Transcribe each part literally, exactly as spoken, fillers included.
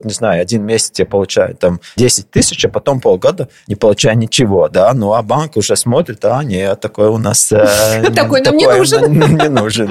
не знаю, один месяц я получаю там десять тысяч, а потом полгода не получаю ничего, да, ну а банк уже смотрит, а нет, такой у нас... Такой нам не нужен. Не нужен.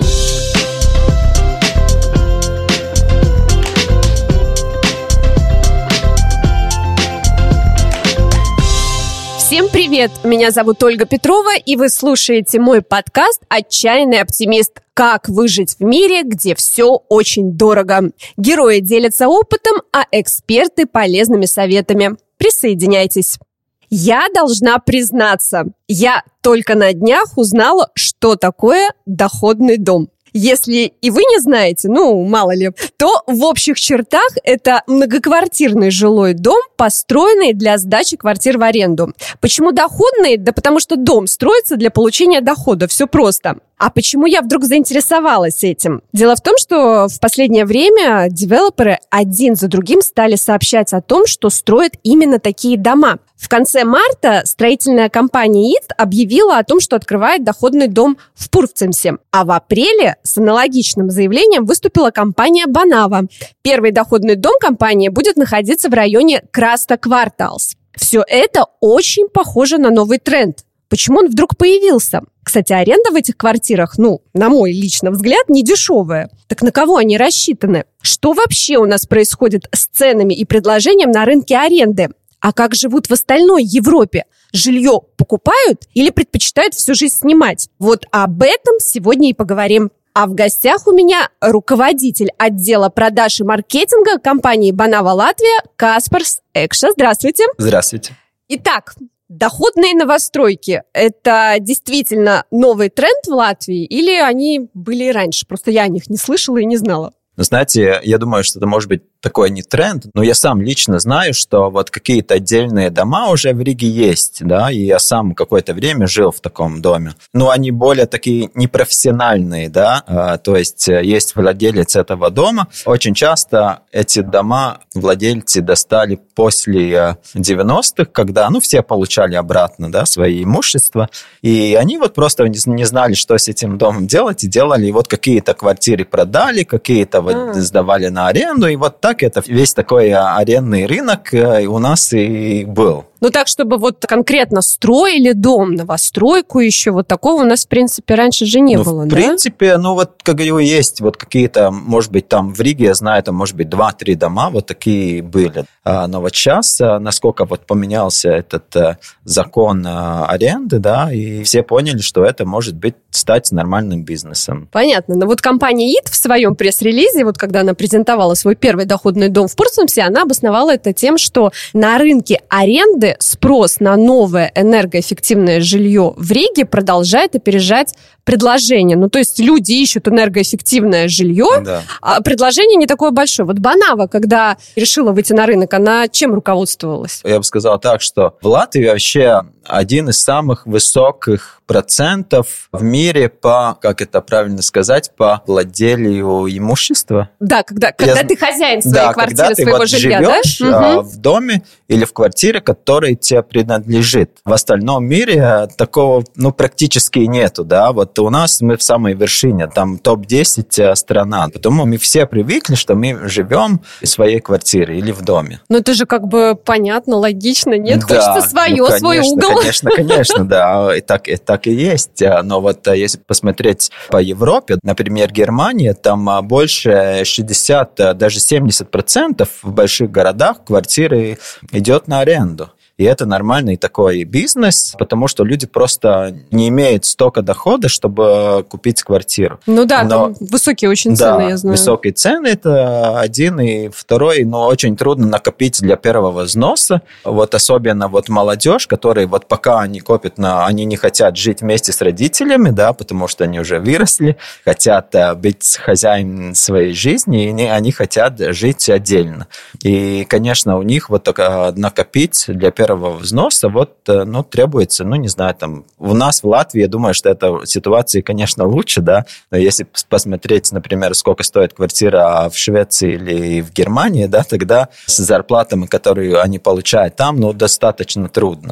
Всем привет! Меня зовут Ольга Петрова, и вы слушаете мой подкаст «Отчаянный оптимист». Как выжить в мире, где все очень дорого. Герои делятся опытом, а эксперты – полезными советами. Присоединяйтесь. Я должна признаться, я только на днях узнала, что такое доходный дом. Если и вы не знаете, ну, мало ли, то в общих чертах это многоквартирный жилой дом, построенный для сдачи квартир в аренду. Почему доходный? Да потому что дом строится для получения дохода, все просто. А почему я вдруг заинтересовалась этим? Дело в том, что в последнее время девелоперы один за другим стали сообщать о том, что строят именно такие дома. В конце марта строительная компания ИТ объявила о том, что открывает доходный дом в Пурвцемсе. А в апреле с аналогичным заявлением выступила компания Банава. Первый доходный дом компании будет находиться в районе Краста Кварталс. Все это очень похоже на новый тренд. Почему он вдруг появился? Кстати, аренда в этих квартирах, ну, на мой личный взгляд, не дешевая. Так на кого они рассчитаны? Что вообще у нас происходит с ценами и предложением на рынке аренды? А как живут в остальной Европе? Жилье покупают или предпочитают всю жизнь снимать? Вот об этом сегодня и поговорим. А в гостях у меня руководитель отдела продаж и маркетинга компании Банава Латвия Каспарс Экша. Здравствуйте. Здравствуйте. Итак, доходные новостройки – это действительно новый тренд в Латвии или они были и раньше? Просто я о них не слышала и не знала. Знаете, я думаю, что это может быть такой не тренд, но я сам лично знаю, что вот какие-то отдельные дома уже в Риге есть, да, и я сам какое-то время жил в таком доме. Но они более такие непрофессиональные, да, то есть есть владелец этого дома. Очень часто эти дома владельцы достали после девяностых, когда, ну, все получали обратно, да, свои имущества, и они вот просто не знали, что с этим домом делать, и делали, и вот какие-то квартиры продали, какие-то вот сдавали на аренду, и вот так это весь такой арендный рынок у нас и был. Ну, так, чтобы вот конкретно строили дом, новостройку еще, вот такого у нас, в принципе, раньше же не ну, было, в да? В принципе, ну, вот, как говорю, есть вот какие-то, может быть, там в Риге, я знаю, там, может быть, два-три дома вот такие были. Но вот сейчас, насколько вот поменялся этот закон аренды, да, и все поняли, что это может быть стать нормальным бизнесом. Понятно. Но вот компания ИТ в своем пресс-релизе, вот когда она презентовала свой первый доходный дом в Пурвцемсе, она обосновала это тем, что на рынке аренды спрос на новое энергоэффективное жилье в Риге продолжает опережать предложение. Ну, то есть люди ищут энергоэффективное жилье, да. А предложение не такое большое. Вот Банава, когда решила выйти на рынок, она чем руководствовалась? Я бы сказал так, что в Латвии вообще один из самых высоких процентов в мире по, как это правильно сказать, по владению имущества. Да, когда, когда Я... ты хозяин своей да, квартиры, когда своего ты вот жилья, живешь, да? Угу. в доме или в квартире, которая тебе принадлежит. В остальном мире такого, ну, практически нету, да. Вот у нас мы в самой вершине, там топ десять страна. Потому мы все привыкли, что мы живем в своей квартире или в доме. Ну, это же как бы понятно, логично, нет? Да, Хочется свое, ну, конечно, свой угол. Конечно, конечно, да, и так, и так и есть. Но вот если посмотреть по Европе, например, Германия, там больше шестьдесят, даже семьдесят процентов в больших городах квартиры идет на аренду. И это нормальный такой бизнес, потому что люди просто не имеют столько дохода, чтобы купить квартиру. Ну да, но, там высокие очень цены, да, я знаю. Высокие цены – это один, и второй, но очень трудно накопить для первого взноса. Вот особенно вот молодежь, которые вот пока они копят, на, они не хотят жить вместе с родителями, да, потому что они уже выросли, хотят быть хозяином своей жизни, и они хотят жить отдельно. И, конечно, у них вот накопить для первого взноса вот, ну, требуется, ну, не знаю, там, у нас в Латвии, я думаю, что эта ситуация, конечно, лучше, да, но если посмотреть, например, сколько стоит квартира в Швеции или в Германии, да, тогда с зарплатами, которые они получают там, ну, достаточно трудно.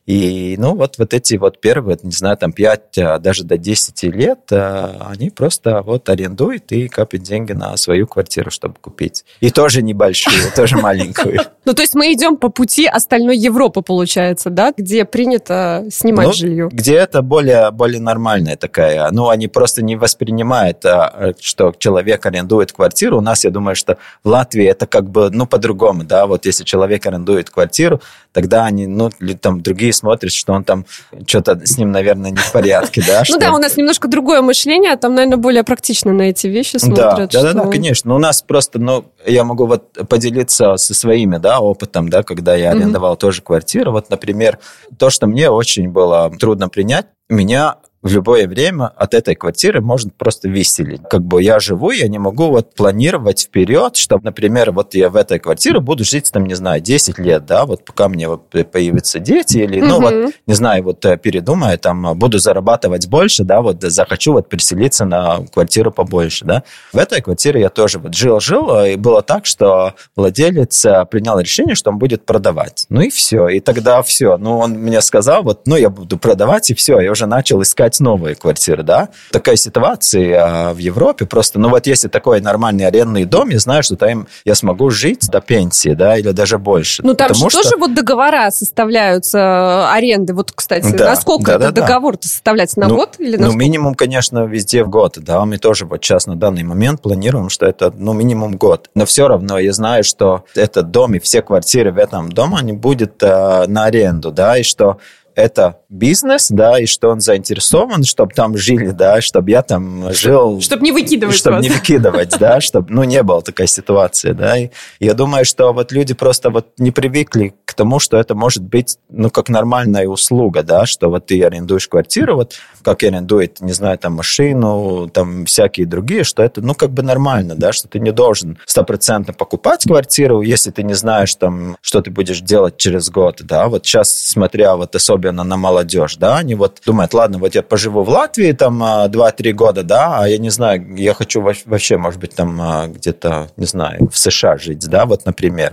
И, ну, вот, вот эти вот первые, не знаю, там пять, даже до десяти лет, они просто вот арендуют и копят деньги на свою квартиру, чтобы купить. И тоже небольшую, тоже маленькую. Ну, то есть мы идем по пути остальной Европы, получается, да, где принято снимать ну, жилье. Где это более, более нормальная такая. Ну, они просто не воспринимают, что человек арендует квартиру. У нас, я думаю, что в Латвии это как бы, ну, по-другому, да. Вот если человек арендует квартиру, тогда они, ну, там другие смотрят, что он там, что-то с ним, наверное, не в порядке, да. Ну да, у нас немножко другое мышление, там, наверное, более практично на эти вещи смотрят. Да, да, да, конечно. Но у нас просто, ну, я могу вот поделиться со своими, да, опытом, да, когда я арендовал тоже квартиру. Вот, например, то, что мне очень было трудно принять, меня в любое время от этой квартиры можно просто выселить. Как бы я живу, я не могу вот планировать вперед, что, например, вот я в этой квартире буду жить, там, не знаю, десять лет, да, вот пока мне вот появятся дети, или, ну, угу. вот, не знаю, вот передумаю, там, буду зарабатывать больше, да, вот захочу вот переселиться на квартиру побольше, да. В этой квартире я тоже вот жил-жил, и было так, что владелец принял решение, что он будет продавать. Ну и все, и тогда все. Ну, он мне сказал, вот, ну, я буду продавать, и все, я уже начал искать новые квартиры, да. Такая ситуация в Европе просто, ну вот если такой нормальный арендный дом, я знаю, что там я смогу жить до пенсии, да, или даже больше. Ну там же что... тоже вот договора составляются аренды, вот, кстати, да, насколько да, этот да, договор-то да. составляется, на ну, год или на Ну, сколько? минимум, конечно, везде в год, да, мы тоже вот сейчас на данный момент планируем, что это, ну, минимум год, но все равно я знаю, что этот дом и все квартиры в этом доме, они будут э, на аренду, да, и что это бизнес, да, и что он заинтересован, чтобы там жили, да, чтобы я там жил... Чтобы не выкидывать Чтобы вас. не выкидывать, да, чтобы, ну, не было такой ситуации, да. И я думаю, что вот люди просто вот не привыкли к тому, что это может быть, ну, как нормальная услуга, да, что вот ты арендуешь квартиру, вот как арендует, не знаю, там, машину, там, всякие другие, что это, ну, как бы нормально, да, что ты не должен стопроцентно покупать квартиру, если ты не знаешь, там, что ты будешь делать через год, да. Вот сейчас, смотря вот особенно на молодежь, да, они вот думают, ладно, вот я поживу в Латвии там два-три года, да, а я не знаю, я хочу вообще, может быть, там где-то, не знаю, в США жить, да, вот, например.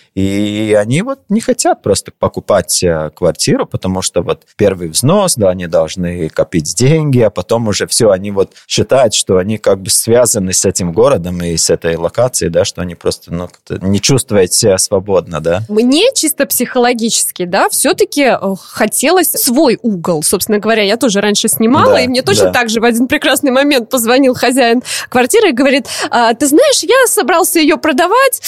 И они вот не хотят просто покупать квартиру, потому что вот первый взнос, да, они должны копить деньги, а потом уже все, они вот считают, что они как бы связаны с этим городом и с этой локацией, да, что они просто, ну, не чувствуют себя свободно, да. Мне чисто психологически, да, все-таки хотелось свой угол. Собственно говоря, я тоже раньше снимала, да, и мне точно да. так же в один прекрасный момент позвонил хозяин квартиры и говорит, а, ты знаешь, я собрался ее продавать,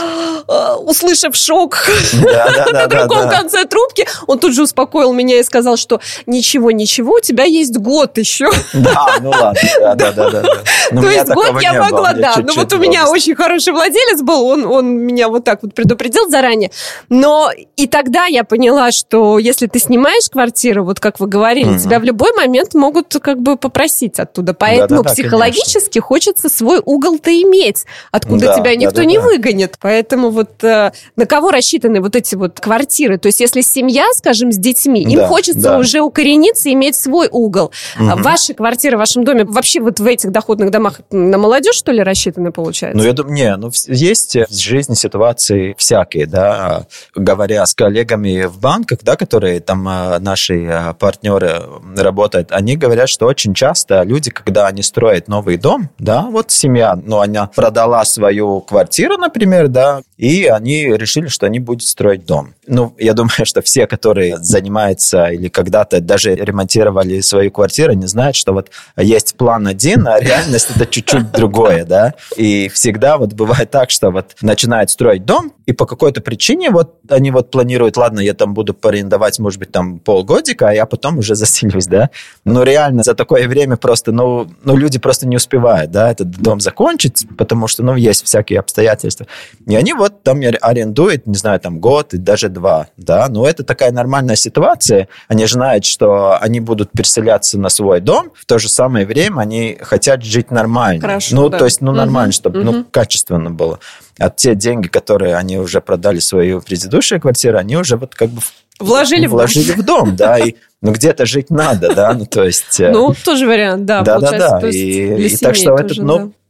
услышав шок да, да, да, на другом да, да. конце трубки. Он тут же успокоил меня и сказал, что ничего, ничего, у тебя есть год еще. Да, ну ладно, да, да, да, да. То есть год я могла, да. Ну вот у меня очень хороший владелец был, он, он меня вот так вот предупредил заранее. Но и тогда я поняла, что если ты снимаешь квартиру, вот как вы говорили, тебя в любой момент могут как бы попросить оттуда. Поэтому психологически хочется свой угол-то иметь, откуда тебя никто не выгонит. Поэтому вот на кого рассчитаны вот эти вот квартиры? То есть если семья, скажем, с детьми, им да, хочется да. уже укорениться и иметь свой угол. Угу. Ваши квартиры в вашем доме вообще вот в этих доходных домах на молодежь, что ли, рассчитаны, получается? Ну, я думаю, не, ну, есть в жизни ситуации всякие, да, говоря с коллегами в банках, да, которые там наши партнеры работают, они говорят, что очень часто люди, когда они строят новый дом, да, вот семья, ну, она продала свою квартиру, например, да, и они решили, что они будут строить дом. Ну, я думаю, что все, которые занимаются или когда-то даже ремонтировали свою квартиру, не знают, что вот есть план один, а реальность это чуть-чуть другое, да. И всегда вот бывает так, что вот начинают строить дом, и по какой-то причине вот они вот планируют, ладно, я там буду арендовать, может быть, там полгодика, а я потом уже заселюсь, да. Но реально за такое время просто, ну, ну люди просто не успевают, да, этот дом закончить, потому что, ну, есть всякие обстоятельства. И они вот там арендуют, не знаю, там год и даже два, да, но это такая нормальная ситуация. Они знают, что они будут переселяться на свой дом, в то же самое время они хотят жить нормально. Хорошо, ну, да. то есть, ну, нормально, угу, чтобы, угу. ну, качественно было. А те деньги, которые они уже продали свою предыдущую квартиру, они уже вот как бы вложили, вложили в дом, да, и ну, где-то жить надо, да, ну, то есть... Ну, тоже вариант, да, да, получается. да, да, и, и так что это, ну,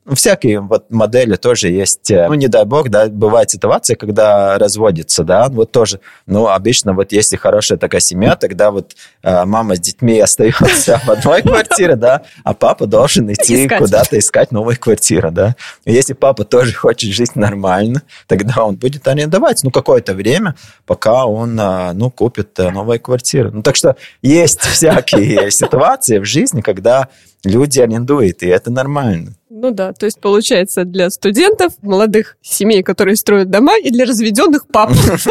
всякие вот модели тоже есть. Ну, не дай бог, да, бывает ситуация, когда разводится, да, вот тоже, ну, обычно вот если хорошая такая семья, тогда вот э, мама с детьми остается в одной квартире, да, а папа должен идти искать. Куда-то искать новую квартиру, да. Если папа тоже хочет жить нормально, тогда он будет арендовать, ну, какое-то время, пока он, э, ну, купит э, новую квартиру. Ну, так что есть всякие ситуации в жизни, когда люди арендуют, и это нормально. Ну да, то есть получается для студентов, молодых семей, которые строят дома, и для разведенных пап.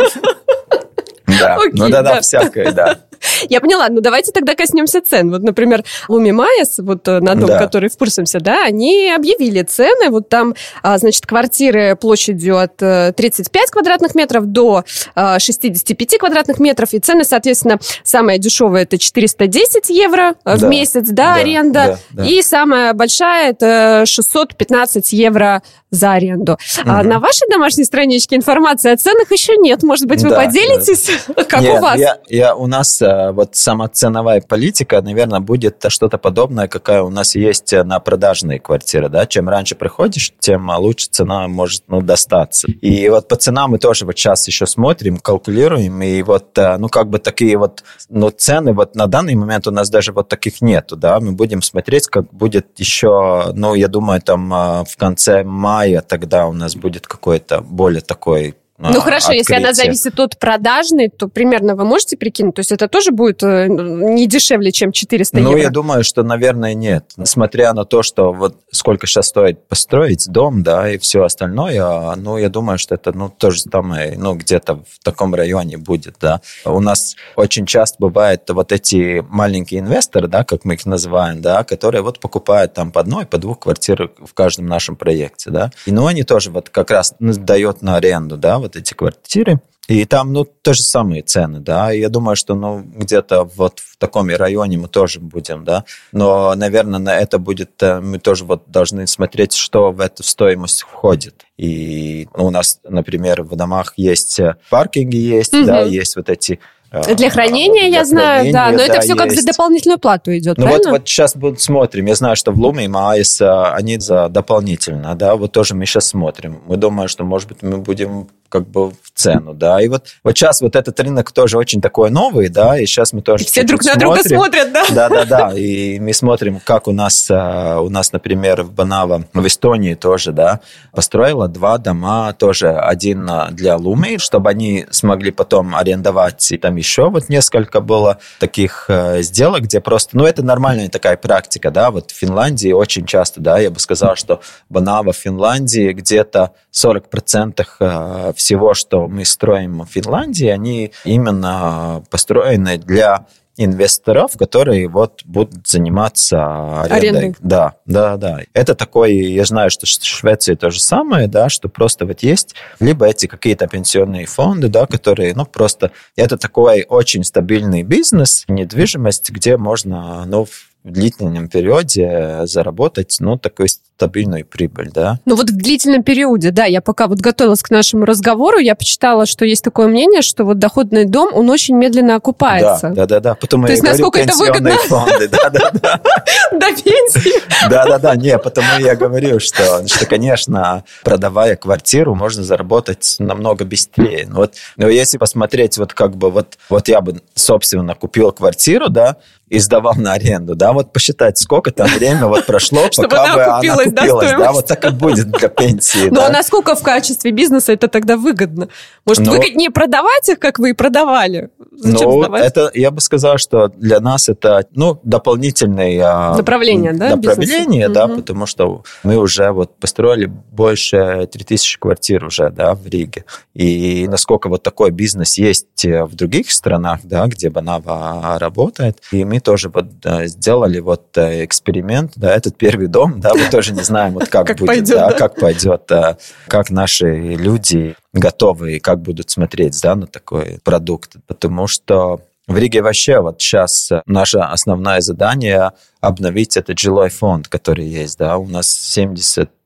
Да, ну да-да, всякое, да. Я поняла, ну давайте тогда коснемся цен. Вот, например, Луми Майес, вот на дом, да. который в Пурсамсе, да, они объявили цены. Вот там, значит, квартиры площадью от тридцать пять квадратных метров до шестьдесят пять квадратных метров. И цены, соответственно, самая дешевая – это четыреста десять евро да. в месяц, да, да аренда. Да, да. И самая большая – это шестьсот пятнадцать евро за аренду. Угу. А на вашей домашней страничке информации о ценах еще нет. Может быть, вы да, поделитесь? Да. Как нет, у вас? Я, я, у нас вот сама ценовая политика, наверное, будет что-то подобное, какая у нас есть на продажные квартиры. Да? Чем раньше приходишь, тем лучше цена может ну, достаться. И вот по ценам мы тоже вот сейчас еще смотрим, калькулируем. И вот, ну, как бы такие вот ну, цены вот на данный момент у нас даже вот таких нету. Да? Мы будем смотреть, как будет еще, ну, я думаю, там в конце мая тогда у нас будет какой-то более такой Ну, хорошо, открытие. Если она зависит от продажной, то примерно вы можете прикинуть? То есть это тоже будет не дешевле, чем четыреста ну, евро? Ну, я думаю, что, наверное, нет. Несмотря на то, что вот сколько сейчас стоит построить дом, да, и все остальное, ну, я думаю, что это, ну, то же самое, ну, где-то в таком районе будет, да. У нас очень часто бывают вот эти маленькие инвесторы, да, как мы их называем, да, которые вот покупают там по одной, по двух квартир в каждом нашем проекте, да. И, ну, они тоже вот как раз дают на аренду, да, вот эти квартиры, и там, ну, то же самые цены, да, и я думаю, что, ну, где-то вот в таком районе мы тоже будем, да, но, наверное, на это будет, мы тоже вот должны смотреть, что в эту стоимость входит, и ну, у нас, например, в домах есть паркинги, есть, угу. да, есть вот эти Для хранения, для я знаю, да, но да, это все есть. Как за дополнительную плату идет, ну правильно? Вот, вот сейчас смотрим. Я знаю, что в Луми Майес они за дополнительно, да, вот тоже мы сейчас смотрим. Мы думаем, что, может быть, мы будем как бы в цену, да, и вот, вот сейчас вот этот рынок тоже очень такой новый, да, и сейчас мы тоже... И все друг на смотрим. Друга смотрят, да? Да-да-да, и мы смотрим, как у нас, у нас, например, в Банава, в Эстонии тоже, да, построила два дома, тоже один для Луми, чтобы они смогли потом арендовать, и там еще вот несколько было таких сделок, где просто, ну, это нормальная такая практика, да, вот в Финляндии очень часто, да, я бы сказал, что Банава в Финляндии где-то сорок процентов всего, что мы строим в Финляндии, они именно построены для инвесторов, которые вот будут заниматься арендой. арендой. Да, да, да. Это такой, я знаю, что в Швеции то же самое, да, что просто вот есть либо эти какие-то пенсионные фонды, да, которые, ну, просто это такой очень стабильный бизнес, недвижимость, где можно, ну, в длительном периоде заработать, ну, такую стабильную прибыль, да. Ну, вот в длительном периоде, да, я пока вот готовилась к нашему разговору, я почитала, что есть такое мнение, что вот доходный дом, он очень медленно окупается. Да, да, да, да. Потому То есть, насколько это выгодно? Фонды, да, да, да. До пенсии. Да, да, да, не, потому я говорю, что, что, конечно, продавая квартиру, можно заработать намного быстрее. Вот, но если посмотреть, вот как бы, вот, вот я бы, собственно, купил квартиру, да, и сдавал на аренду, да, вот посчитать, сколько там время вот прошло, пока бы она купилась, да, вот так и будет для пенсии. Ну, а насколько в качестве бизнеса это тогда выгодно? Может, выгоднее продавать их, как вы и продавали? Ну, это, я бы сказал, что для нас это, ну, дополнительное направление, да, направление, да, потому что мы уже вот построили больше три тысячи квартир уже, да, в Риге. И насколько вот такой бизнес есть в других странах, да, где Банава работает, и мы тоже вот сделали вот эксперимент, да, этот первый дом, да, мы тоже не знаем, вот как, как будет, пойдет, да, да, как пойдет, как наши люди готовы и как будут смотреть, да, на такой продукт, потому что в Риге вообще вот сейчас наше основное задание обновить этот жилой фонд, который есть, да, у нас семьдесят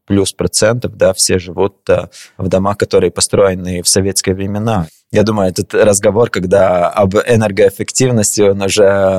плюс процентов, да, все живут в домах, которые построены в советские времена. Я думаю, этот разговор, когда об энергоэффективности, он уже,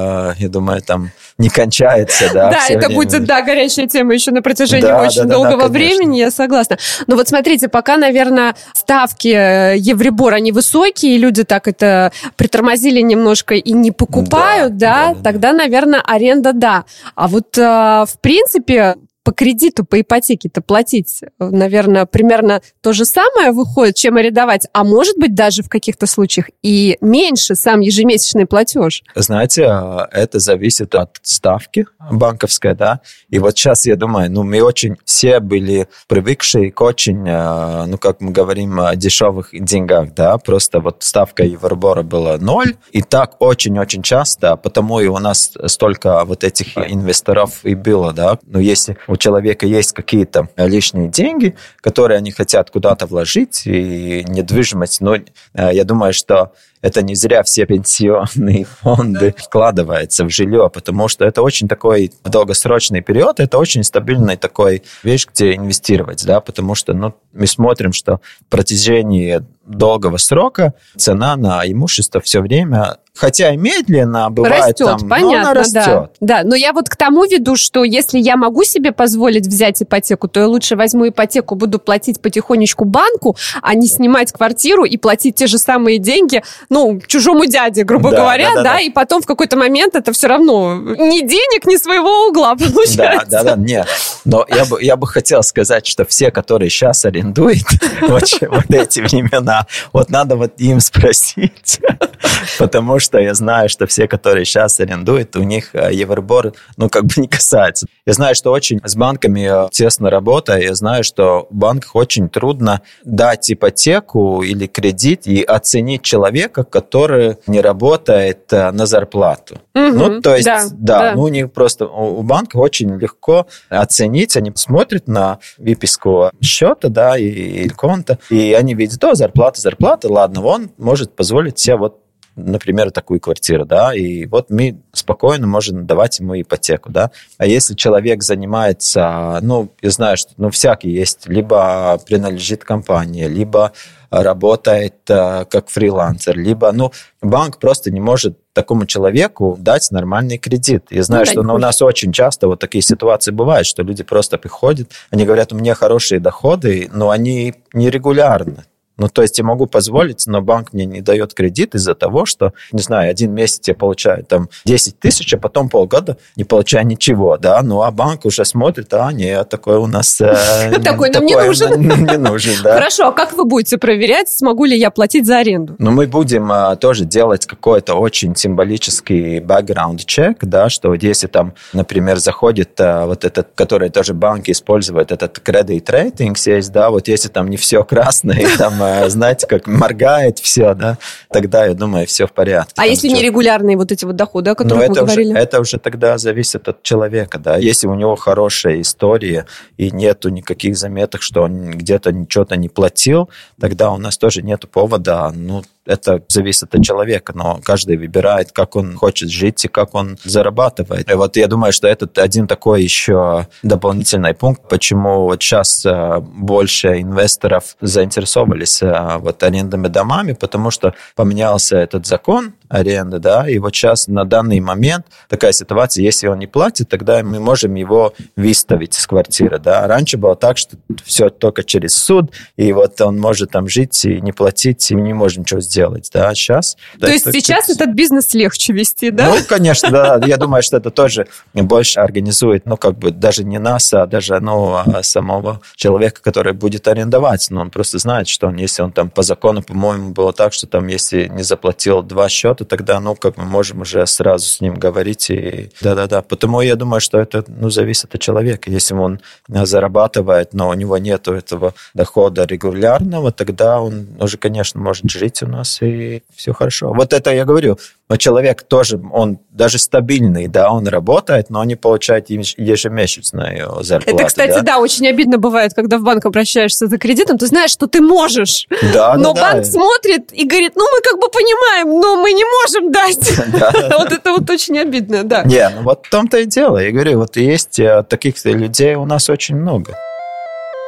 я думаю, там не кончается. Да, да это время. Будет, да, горячая тема еще на протяжении да, очень да, долгого да, да, времени, я согласна. Но вот смотрите, пока, наверное, ставки Евробор, они высокие, люди так это притормозили немножко и не покупают, да, да, да тогда, да. наверное, аренда, да. А вот, в принципе... по кредиту, по ипотеке-то платить, наверное, примерно то же самое выходит, чем арендовать, а может быть даже в каких-то случаях и меньше сам ежемесячный платеж. Знаете, это зависит от ставки банковской, да, и вот сейчас я думаю, ну, мы очень все были привыкшие к очень, ну, как мы говорим, дешевых деньгах, да, просто вот ставка Евробора была ноль, и так очень-очень часто, потому и у нас столько вот этих инвесторов и было, да, но если у человека есть какие-то лишние деньги, которые они хотят куда-то вложить, и недвижимость, но я думаю, что это не зря все пенсионные фонды вкладываются в жилье, потому что это очень такой долгосрочный период, это очень стабильный такой вещь, где инвестировать, да, потому что ну, мы смотрим, что в протяжении долгого срока цена на имущество все время, хотя и медленно бывает, растет, там, понятно, но она растет. Да. да, но я вот к тому веду, что если я могу себе позволить взять ипотеку, то я лучше возьму ипотеку, буду платить потихонечку банку, а не снимать квартиру и платить те же самые деньги, ну, чужому дяде, грубо да, говоря, да, да, да, да, и потом в какой-то момент это все равно ни денег, ни своего угла получается. Да, да, да, нет. Но я бы, я бы хотел сказать, что все, которые сейчас арендуют вот эти времена, вот надо вот им спросить, потому что я знаю, что все, которые сейчас арендуют, у них Евробор, ну, как бы не касается. Я знаю, что очень с банками тесно работаю, я знаю, что в банках очень трудно дать ипотеку или кредит и оценить человека, который не работает на зарплату. Угу, ну, то есть, да, да, да. Ну, у них просто, у банка очень легко оценить, они смотрят на выписку счета, да, и, и конта, и они видят, о, зарплата, зарплата, ладно, он может позволить себе вот, например, такую квартиру, да, и вот мы спокойно можем давать ему ипотеку, да. А если человек занимается, ну, я знаю, что, ну, всякий есть, либо принадлежит компании, либо работает э, как фрилансер, либо, ну, банк просто не может такому человеку дать нормальный кредит. Я знаю, ну, что ну, у нас очень часто вот такие ситуации бывают, что люди просто приходят, они говорят, у меня хорошие доходы, но они нерегулярны. Ну, то есть я могу позволить, но банк мне не дает кредит из-за того, что, не знаю, один месяц я получаю там десять тысяч, а потом полгода не получаю ничего, да, ну, а банк уже смотрит, а, нет, такой у нас... Такой нам не нужен. Не нужен, да. Хорошо, а как вы будете проверять, смогу ли я платить за аренду? Ну, мы будем тоже делать какой-то очень символический background-чек, да, что если там, например, заходит вот этот, который тоже банки используют, этот credit rating есть, да, вот если там не все красное, там знаете, как моргает все, да, тогда, я думаю, все в порядке. А там если что... нерегулярные вот эти вот доходы, о которых ну, мы говорили? Уже, это уже тогда зависит от человека, да. Если у него хорошая история и нету никаких заметок, что он где-то что-то не платил, тогда у нас тоже нету повода, ну, это зависит от человека, но каждый выбирает, как он хочет жить и как он зарабатывает. И вот я думаю, что это один такой еще дополнительный пункт, почему вот сейчас больше инвесторов заинтересовались вот арендными домами, потому что поменялся этот закон аренды, да, и вот сейчас на данный момент такая ситуация, если он не платит, тогда мы можем его выставить с квартиры, да. Раньше было так, что все только через суд, и вот он может там жить и не платить, и мы не можем ничего сделать, да, сейчас. То да, есть это, сейчас это... этот бизнес легче вести, да? Ну, конечно, да, я думаю, что это тоже больше организует, ну, как бы даже не нас, а даже, ну, самого человека, который будет арендовать, но он просто знает, что он, если он там по закону, по-моему, было так, что там, если не заплатил два счета, то тогда, ну, как мы можем уже сразу с ним говорить. И... Да-да-да. Потому я думаю, что это, ну, зависит от человека. Если он зарабатывает, но у него нет этого дохода регулярного, тогда он уже, конечно, может жить у нас, и все хорошо. Вот это я говорю. Но человек тоже, он даже стабильный, да, он работает, но не получает ежемесячную зарплату. Это, кстати, да, да очень обидно бывает, когда в банк обращаешься за кредитом, ты знаешь, что ты можешь, да, но да, банк да. смотрит и говорит, ну, мы как бы понимаем, но мы не можем дать. Вот это вот очень обидно, да. Не, ну вот в том-то и дело. Я говорю, вот есть таких людей у нас очень много.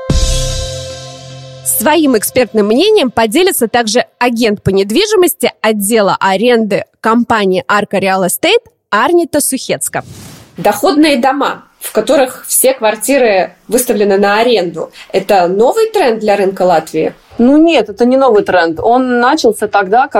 Своим экспертным мнением поделится также агент по недвижимости отдела аренды компании Arca Real Estate Арнита Сухецка. Доходные дома, в которых все квартиры выставлены на аренду, это новый тренд для рынка Латвии? Ну нет, это не новый тренд. Он начался тогда,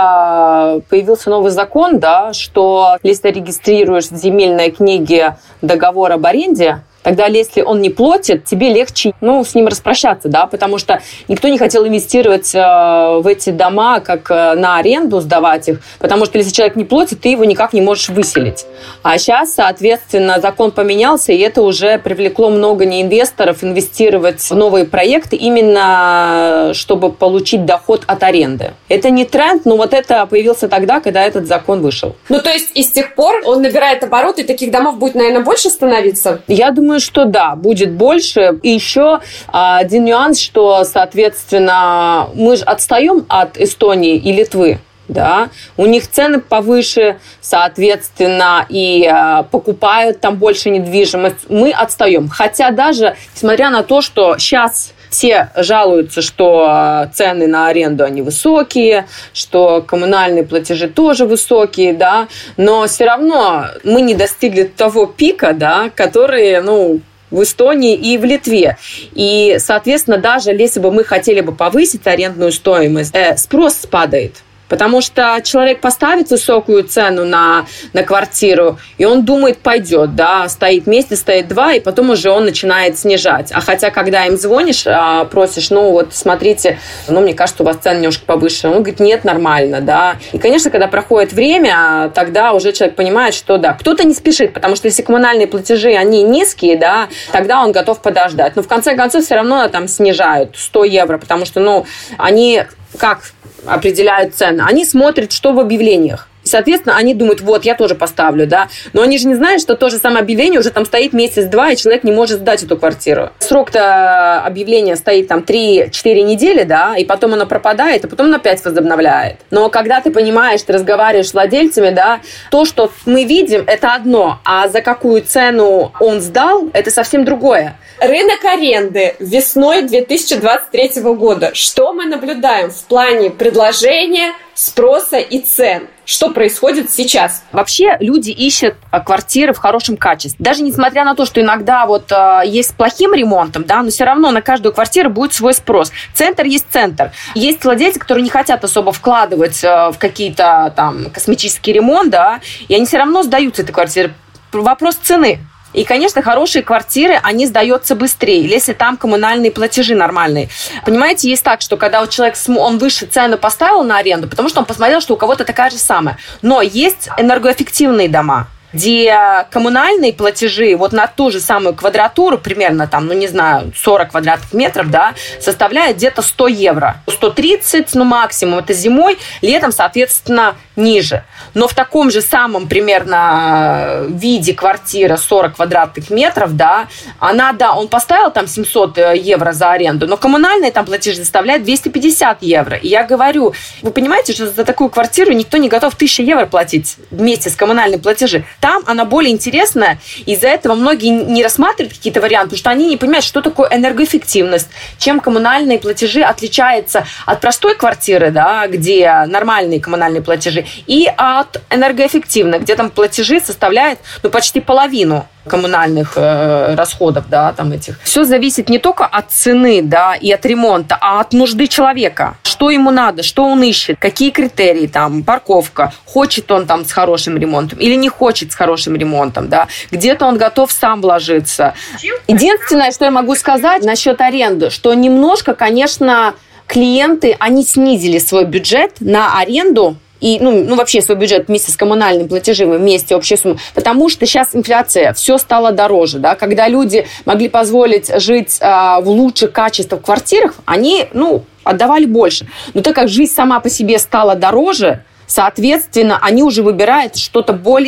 когда появился новый закон, да, что если ты регистрируешь в земельной книге договор об аренде, тогда, если он не платит, тебе легче, ну, с ним распрощаться, да, потому что никто не хотел инвестировать э, в эти дома, как э, на аренду сдавать их, потому что если человек не платит, ты его никак не можешь выселить. А сейчас, соответственно, закон поменялся, и это уже привлекло много неинвесторов инвестировать в новые проекты именно, чтобы получить доход от аренды. Это не тренд, но вот это появился тогда, когда этот закон вышел. Ну, то есть, и с тех пор он набирает обороты, и таких домов будет, наверное, больше становиться? Я думаю, что да, будет больше. И еще один нюанс, что, соответственно, мы же отстаем от Эстонии и Литвы. Да, у них цены повыше, соответственно, и э, покупают там больше недвижимость. Мы отстаем. Хотя даже, несмотря на то, что сейчас все жалуются, что цены на аренду, они высокие, что коммунальные платежи тоже высокие, да, но все равно мы не достигли того пика, да, который, ну, в Эстонии и в Литве. И, соответственно, даже если бы мы хотели бы повысить арендную стоимость, э, спрос спадает. Потому что человек поставит высокую цену на, на квартиру, и он думает, пойдет, да, стоит месяц, стоит два, и потом уже он начинает снижать. А хотя, когда им звонишь, просишь, ну вот, смотрите, ну, мне кажется, у вас цены немножко повыше. Он говорит, нет, нормально, да. И, конечно, когда проходит время, тогда уже человек понимает, что, да, кто-то не спешит, потому что если коммунальные платежи, они низкие, да, тогда он готов подождать. Но в конце концов все равно там снижают сто евро, потому что, ну, они как определяют цены. Они смотрят, что в объявлениях. И, соответственно, они думают, вот, я тоже поставлю, да. Но они же не знают, что то же самое объявление уже там стоит месяц-два, и человек не может сдать эту квартиру. Срок-то объявления стоит там три-четыре недели, да, и потом оно пропадает, и потом оно опять возобновляет. Но когда ты понимаешь, ты разговариваешь с владельцами, да, то, что мы видим, это одно, а за какую цену он сдал, это совсем другое. Рынок аренды весной две тысячи двадцать третьего года. Что мы наблюдаем в плане предложения, спроса и цен? Что происходит сейчас? Вообще люди ищут квартиры в хорошем качестве. Даже несмотря на то, что иногда вот э, есть с плохим ремонтом, да, но все равно на каждую квартиру будет свой спрос. Центр есть центр. Есть владельцы, которые не хотят особо вкладывать э, в какие-то там косметический ремонт, да, и они все равно сдаются этой квартиры. Вопрос цены. И, конечно, хорошие квартиры, они сдаются быстрее, если там коммунальные платежи нормальные. Понимаете, есть так, что когда вот человек, он выше цену поставил на аренду, потому что он посмотрел, что у кого-то такая же самая. Но есть энергоэффективные дома, где коммунальные платежи вот на ту же самую квадратуру, примерно там, ну не знаю, сорок квадратных метров, да, составляет где-то сто евро. сто тридцать, ну максимум, это зимой, летом, соответственно, ниже. Но в таком же самом примерно виде квартира сорок квадратных метров, да, она, да, он поставил там семьсот евро за аренду, но коммунальные там платежи составляют двести пятьдесят евро. И я говорю, вы понимаете, что за такую квартиру никто не готов тысячу евро платить вместе с коммунальными платежами. Там она более интересная, из-за этого многие не рассматривают какие-то варианты, потому что они не понимают, что такое энергоэффективность, чем коммунальные платежи отличаются от простой квартиры, да, где нормальные коммунальные платежи, и от энергоэффективных, где там платежи составляют, ну, почти половину коммунальных э, расходов, да, там этих. Все зависит не только от цены, да, и от ремонта, а от нужды человека. Что ему надо, что он ищет, какие критерии, там, парковка, хочет он там с хорошим ремонтом или не хочет с хорошим ремонтом, да, где-то он готов сам вложиться. Единственное, что я могу сказать насчет аренды, что немножко, конечно, клиенты, они снизили свой бюджет на аренду, и, ну, ну, вообще свой бюджет вместе с коммунальным платежем, вместе общая сумма, потому что сейчас инфляция, все стало дороже, да, когда люди могли позволить жить а, в лучших качествах в квартирах, они, ну, отдавали больше. Но так как жизнь сама по себе стала дороже, соответственно, они уже выбирают что-то более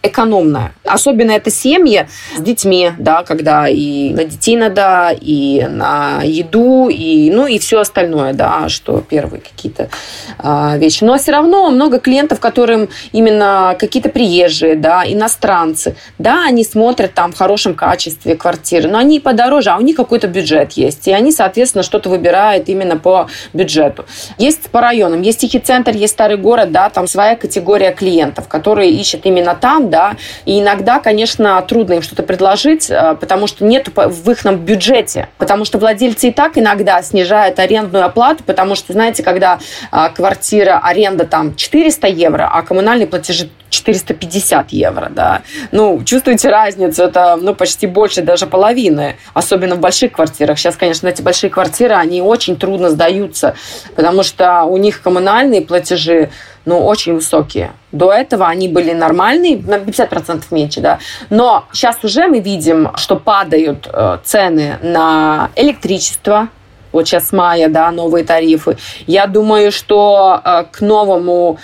экономная. Особенно это семьи с детьми, да, когда и на детей надо, и на еду, и, ну, и все остальное, да, что первые какие-то а, вещи. Но все равно много клиентов, которым именно какие-то приезжие, да, иностранцы, да, они смотрят там в хорошем качестве квартиры, но они подороже, а у них какой-то бюджет есть, и они, соответственно, что-то выбирают именно по бюджету. Есть по районам, есть Тихий центр, есть Старый город, да, там своя категория клиентов, которые ищут именно там, да, и иногда, конечно, трудно им что-то предложить, потому что нет в их бюджете, потому что владельцы и так иногда снижают арендную оплату, потому что, знаете, когда квартира, аренда там четыреста евро, а коммунальные платежи четыреста пятьдесят евро, да. Ну, чувствуете разницу, это, ну, почти больше даже половины, особенно в больших квартирах. Сейчас, конечно, эти большие квартиры, они очень трудно сдаются, потому что у них коммунальные платежи, ну, очень высокие. До этого они были нормальные, на пятьдесят процентов меньше, да. Но сейчас уже мы видим, что падают э, цены на электричество. Вот сейчас с мая, да, новые тарифы. Я думаю, что э, к новому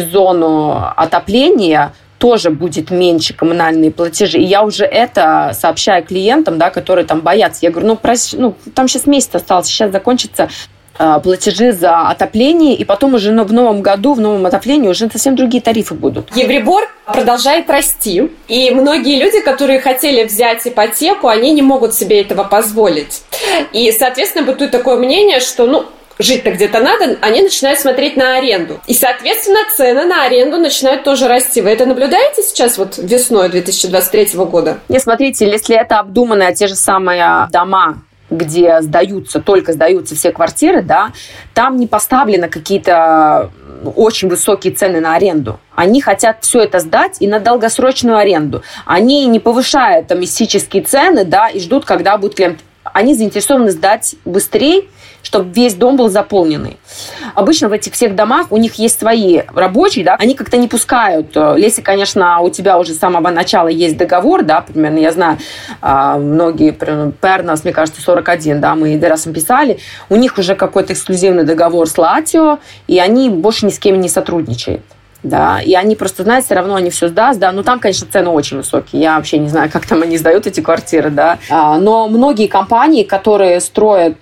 сезону отопления тоже будет меньше коммунальные платежи. И я уже это сообщаю клиентам, да, которые там боятся. Я говорю, ну, прос... ну там сейчас месяц остался, сейчас закончится платежи за отопление, и потом уже в новом году, в новом отоплении уже совсем другие тарифы будут. Евробор продолжает расти, и многие люди, которые хотели взять ипотеку, они не могут себе этого позволить. И, соответственно, бытует такое мнение, что, ну, жить-то где-то надо, они начинают смотреть на аренду. И, соответственно, цены на аренду начинают тоже расти. Вы это наблюдаете сейчас вот весной две тысячи двадцать третьего года? Не, смотрите, если это обдуманные те же самые дома, где сдаются, только сдаются все квартиры, да, там не поставлены какие-то очень высокие цены на аренду. Они хотят все это сдать и на долгосрочную аренду. Они не повышают там мистические цены, да, и ждут, когда будет клиент. Они заинтересованы сдать быстрее, чтобы весь дом был заполненный. Обычно в этих всех домах у них есть свои рабочие, да, они как-то не пускают. Если, конечно, у тебя уже с самого начала есть договор, да, примерно, я знаю, многие, Пернос, мне кажется, сорок один, да, мы один раз им писали, у них уже какой-то эксклюзивный договор с Латио, и они больше ни с кем не сотрудничают. Да, и они просто, знаете, все равно они все сдаст, да, но там, конечно, цены очень высокие, я вообще не знаю, как там они сдают эти квартиры, да, но многие компании, которые строят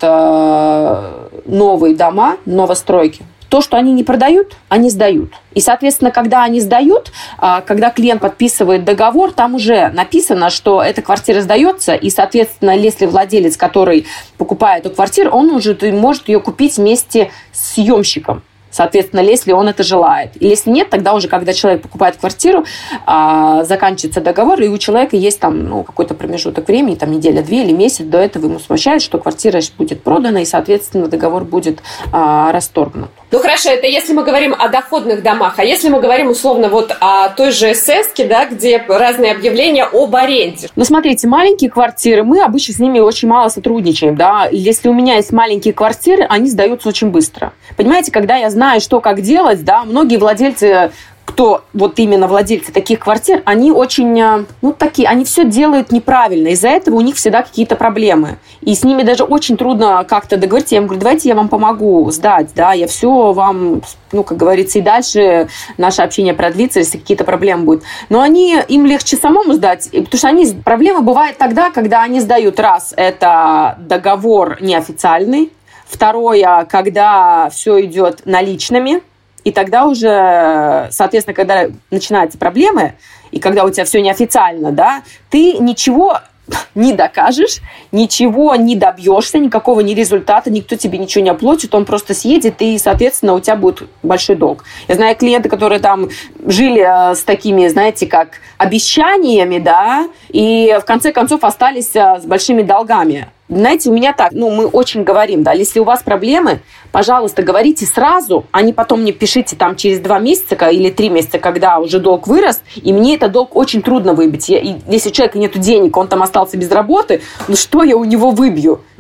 новые дома, новостройки, то, что они не продают, они сдают. И, соответственно, когда они сдают, когда клиент подписывает договор, там уже написано, что эта квартира сдается, и, соответственно, если владелец, который покупает эту квартиру, он уже может ее купить вместе с съемщиком. Соответственно, если он это желает. И если нет, тогда уже, когда человек покупает квартиру, заканчивается договор, и у человека есть там, ну, какой-то промежуток времени, там неделя-две или месяц, до этого ему смущает, что квартира будет продана, и, соответственно, договор будет а, расторгнут. Ну хорошо, это если мы говорим о доходных домах, а если мы говорим условно вот о той же эс-эске, да, где разные объявления об аренде. Ну смотрите, маленькие квартиры, мы обычно с ними очень мало сотрудничаем, да. Если у меня есть маленькие квартиры, они сдаются очень быстро. Понимаете, когда я знаю, что как делать, да, многие владельцы, кто вот именно владельцы таких квартир, они очень, ну, такие, они все делают неправильно. Из-за этого у них всегда какие-то проблемы. И с ними даже очень трудно как-то договориться. Я им говорю, давайте я вам помогу сдать, да, я все вам, ну, как говорится, и дальше наше общение продлится, если какие-то проблемы будут. Но они, им легче самому сдать, потому что они, проблемы бывают тогда, когда они сдают, раз, это договор неофициальный, второе, когда все идет наличными, и тогда уже, соответственно, когда начинаются проблемы, и когда у тебя все неофициально, да, ты ничего не докажешь, ничего не добьешься, никакого ни результата, никто тебе ничего не оплатит, он просто съедет, и, соответственно, у тебя будет большой долг. Я знаю клиенты, которые там жили с такими, знаете, как обещаниями, да, и в конце концов остались с большими долгами. Знаете, у меня так, ну, мы очень говорим, да, если у вас проблемы, пожалуйста, говорите сразу, а не потом мне пишите там через два месяца или три месяца, когда уже долг вырос, и мне этот долг очень трудно выбить. Я, и если у человека нет денег, он там остался без работы, ну что я у него выбью?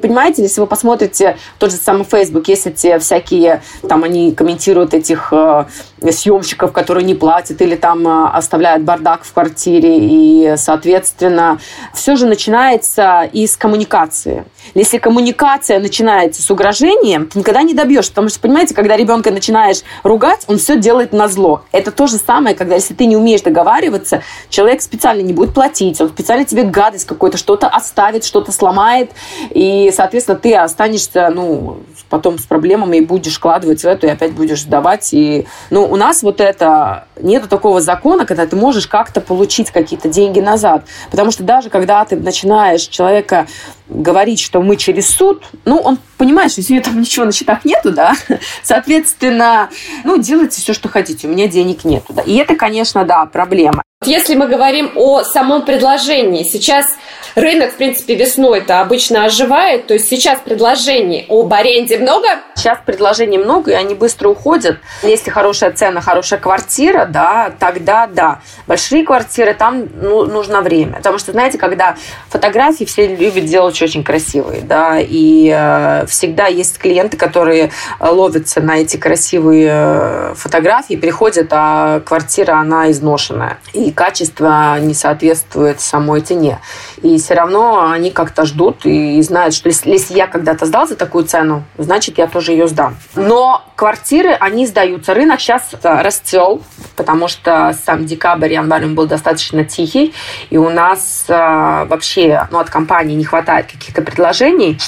понимаете, если вы посмотрите тот же самый Facebook, есть эти всякие, там они комментируют этих э, съемщиков, которые не платят или там э, оставляют бардак в квартире, и, соответственно, все же начинается из коммуникации. Если коммуникация начинается с угрожением, ты никогда не добьешься, потому что, понимаете, когда ребенка начинаешь ругать, он все делает назло. Это то же самое, когда если ты не умеешь договариваться, человек специально не будет платить, он специально тебе гадость какой-то, что-то оставит, что-то сломает, и, соответственно, ты останешься, ну, потом с проблемами и будешь вкладывать в это, и опять будешь сдавать. И, ну, у нас вот это, нету такого закона, когда ты можешь как-то получить какие-то деньги назад. Потому что даже когда ты начинаешь человека говорить, что мы через суд, ну, он понимает, что если там ничего на счетах нету, да, соответственно, ну, делайте все, что хотите, у меня денег нету, да. И это, конечно, да, проблема. Если мы говорим о самом предложении, сейчас рынок, в принципе, весной-то обычно оживает, то есть сейчас предложений об аренде много? Сейчас предложений много, и они быстро уходят. Если хорошая цена, хорошая квартира, да, тогда да. Большие квартиры, там ну, нужно время. Потому что, знаете, когда фотографии все любят делать очень красивые, да, и э, всегда есть клиенты, которые ловятся на эти красивые фотографии, приходят, а квартира, она изношенная. И качество не соответствует самой цене. И все равно они как-то ждут и знают, что если, если я когда-то сдал за такую цену, значит, я тоже ее сдам. Но квартиры, они сдаются. Рынок сейчас расцвел, потому что сам декабрь, январь он был достаточно тихий, и у нас э, вообще ну, от компании не хватает каких-то предложений,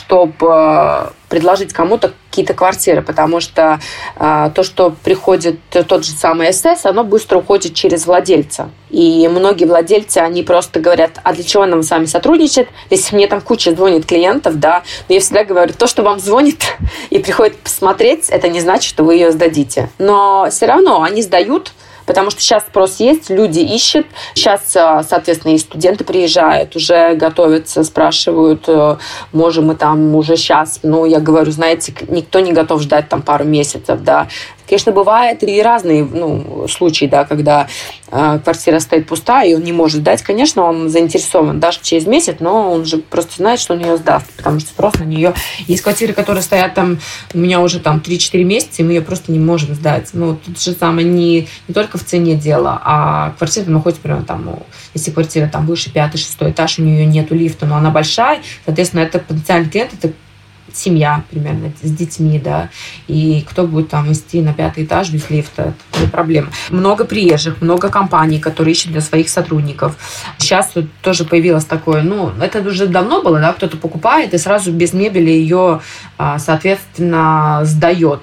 чтобы предложить кому-то какие-то квартиры, потому что э, то, что приходит тот же самый СС, оно быстро уходит через владельца. И многие владельцы, они просто говорят, а для чего нам с вами сотрудничать, если мне там куча звонит клиентов, да, но я всегда говорю, то, что вам звонит и приходит посмотреть, это не значит, что вы ее сдадите. Но все равно они сдают, потому что сейчас спрос есть, люди ищут. Сейчас, соответственно, и студенты приезжают, уже готовятся, спрашивают, можем мы там уже сейчас. Ну, я говорю, знаете, никто не готов ждать там пару месяцев, да. Конечно, бывают и разные ну, случаи, да, когда э, квартира стоит пустая, и он не может сдать. Конечно, он заинтересован даже через месяц, но он же просто знает, что он ее сдаст, потому что спрос на нее. Есть квартиры, которые стоят там, у меня уже там три-четыре месяца, и мы ее просто не можем сдать. Ну, тут же самое не, не только в цене дело, а квартира находится, например, там, если квартира там выше пятый, шестой этаж, у нее нету лифта, но она большая, соответственно, это потенциальный клиент, это семья примерно с детьми, да, и кто будет там вести на пятый этаж без лифта, это не проблема. Много приезжих, много компаний, которые ищут для своих сотрудников. Сейчас вот тоже появилось такое, ну, это уже давно было, да, кто-то покупает и сразу без мебели ее, соответственно, сдает.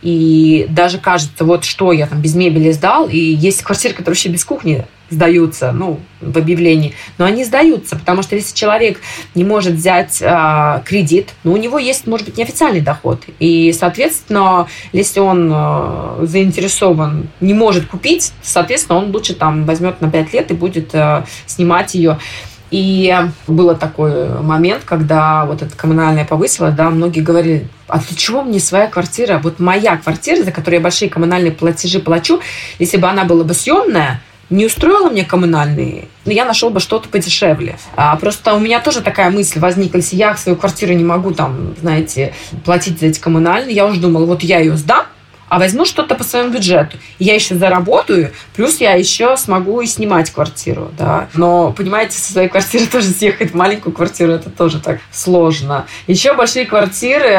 И даже кажется, вот что я там без мебели сдал, и есть квартиры, которые вообще без кухни сдаются, ну, в объявлении, но они сдаются, потому что если человек не может взять э, кредит, ну, у него есть, может быть, неофициальный доход, и, соответственно, если он э, заинтересован, не может купить, соответственно, он лучше там возьмет на пять лет и будет э, снимать ее. И был такой момент, когда вот эта коммунальная повысилась, да, многие говорили, а для чего мне своя квартира? Вот моя квартира, за которую я большие коммунальные платежи плачу, если бы она была бы съемная, не устроила мне коммунальные, но я нашел бы что-то подешевле. А просто у меня тоже такая мысль возникла, если я свою квартиру не могу там, знаете, платить за эти коммунальные, я уже думала, вот я ее сдам, а возьму что-то по своему бюджету. Я еще заработаю, плюс я еще смогу и снимать квартиру, да. Но, понимаете, со своей квартиры тоже съехать в маленькую квартиру, это тоже так сложно. Еще большие квартиры,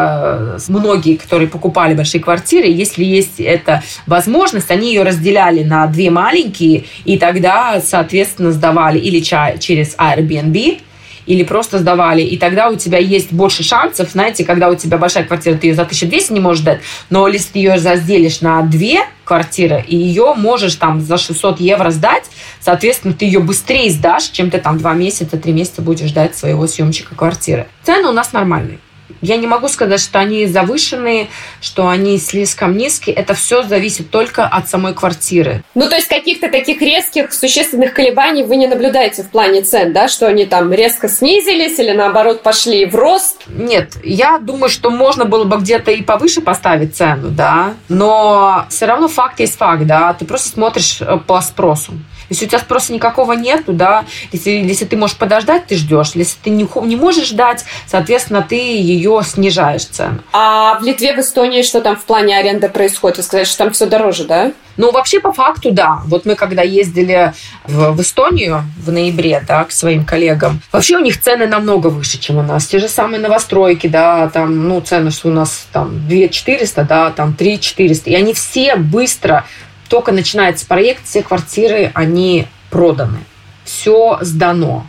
многие, которые покупали большие квартиры, если есть эта возможность, они ее разделяли на две маленькие, и тогда, соответственно, сдавали или через Airbnb, или просто сдавали, и тогда у тебя есть больше шансов, знаете, когда у тебя большая квартира, ты ее за тысячу двести не можешь дать, но если ты ее разделишь на две квартиры, и ее можешь там за шестьсот евро сдать, соответственно, ты ее быстрее сдашь, чем ты там два месяца, три месяца будешь ждать своего съемщика квартиры. Цены у нас нормальные. Я не могу сказать, что они завышенные, что они слишком низкие. Это все зависит только от самой квартиры. Ну, то есть каких-то таких резких, существенных колебаний вы не наблюдаете в плане цен, да? Что они там резко снизились или, наоборот, пошли в рост? Нет, я думаю, что можно было бы где-то и повыше поставить цену, да. Но все равно факт есть факт, да. Ты просто смотришь по спросу. Если у тебя спроса никакого нету, да, если, если ты можешь подождать, ты ждешь. Если ты не, не можешь ждать, соответственно, ты ее снижаешь цену. А в Литве, в Эстонии что там в плане аренды происходит? Вы сказали, что там все дороже, да? Ну, вообще, по факту, да. Вот мы, когда ездили в, в Эстонию в ноябре, да, к своим коллегам, вообще у них цены намного выше, чем у нас. Те же самые новостройки, да, там, ну, цены, что у нас там две тысячи четыреста, да, там три тысячи четыреста. И они все быстро, только начинается проект, все квартиры, они проданы. Все сдано.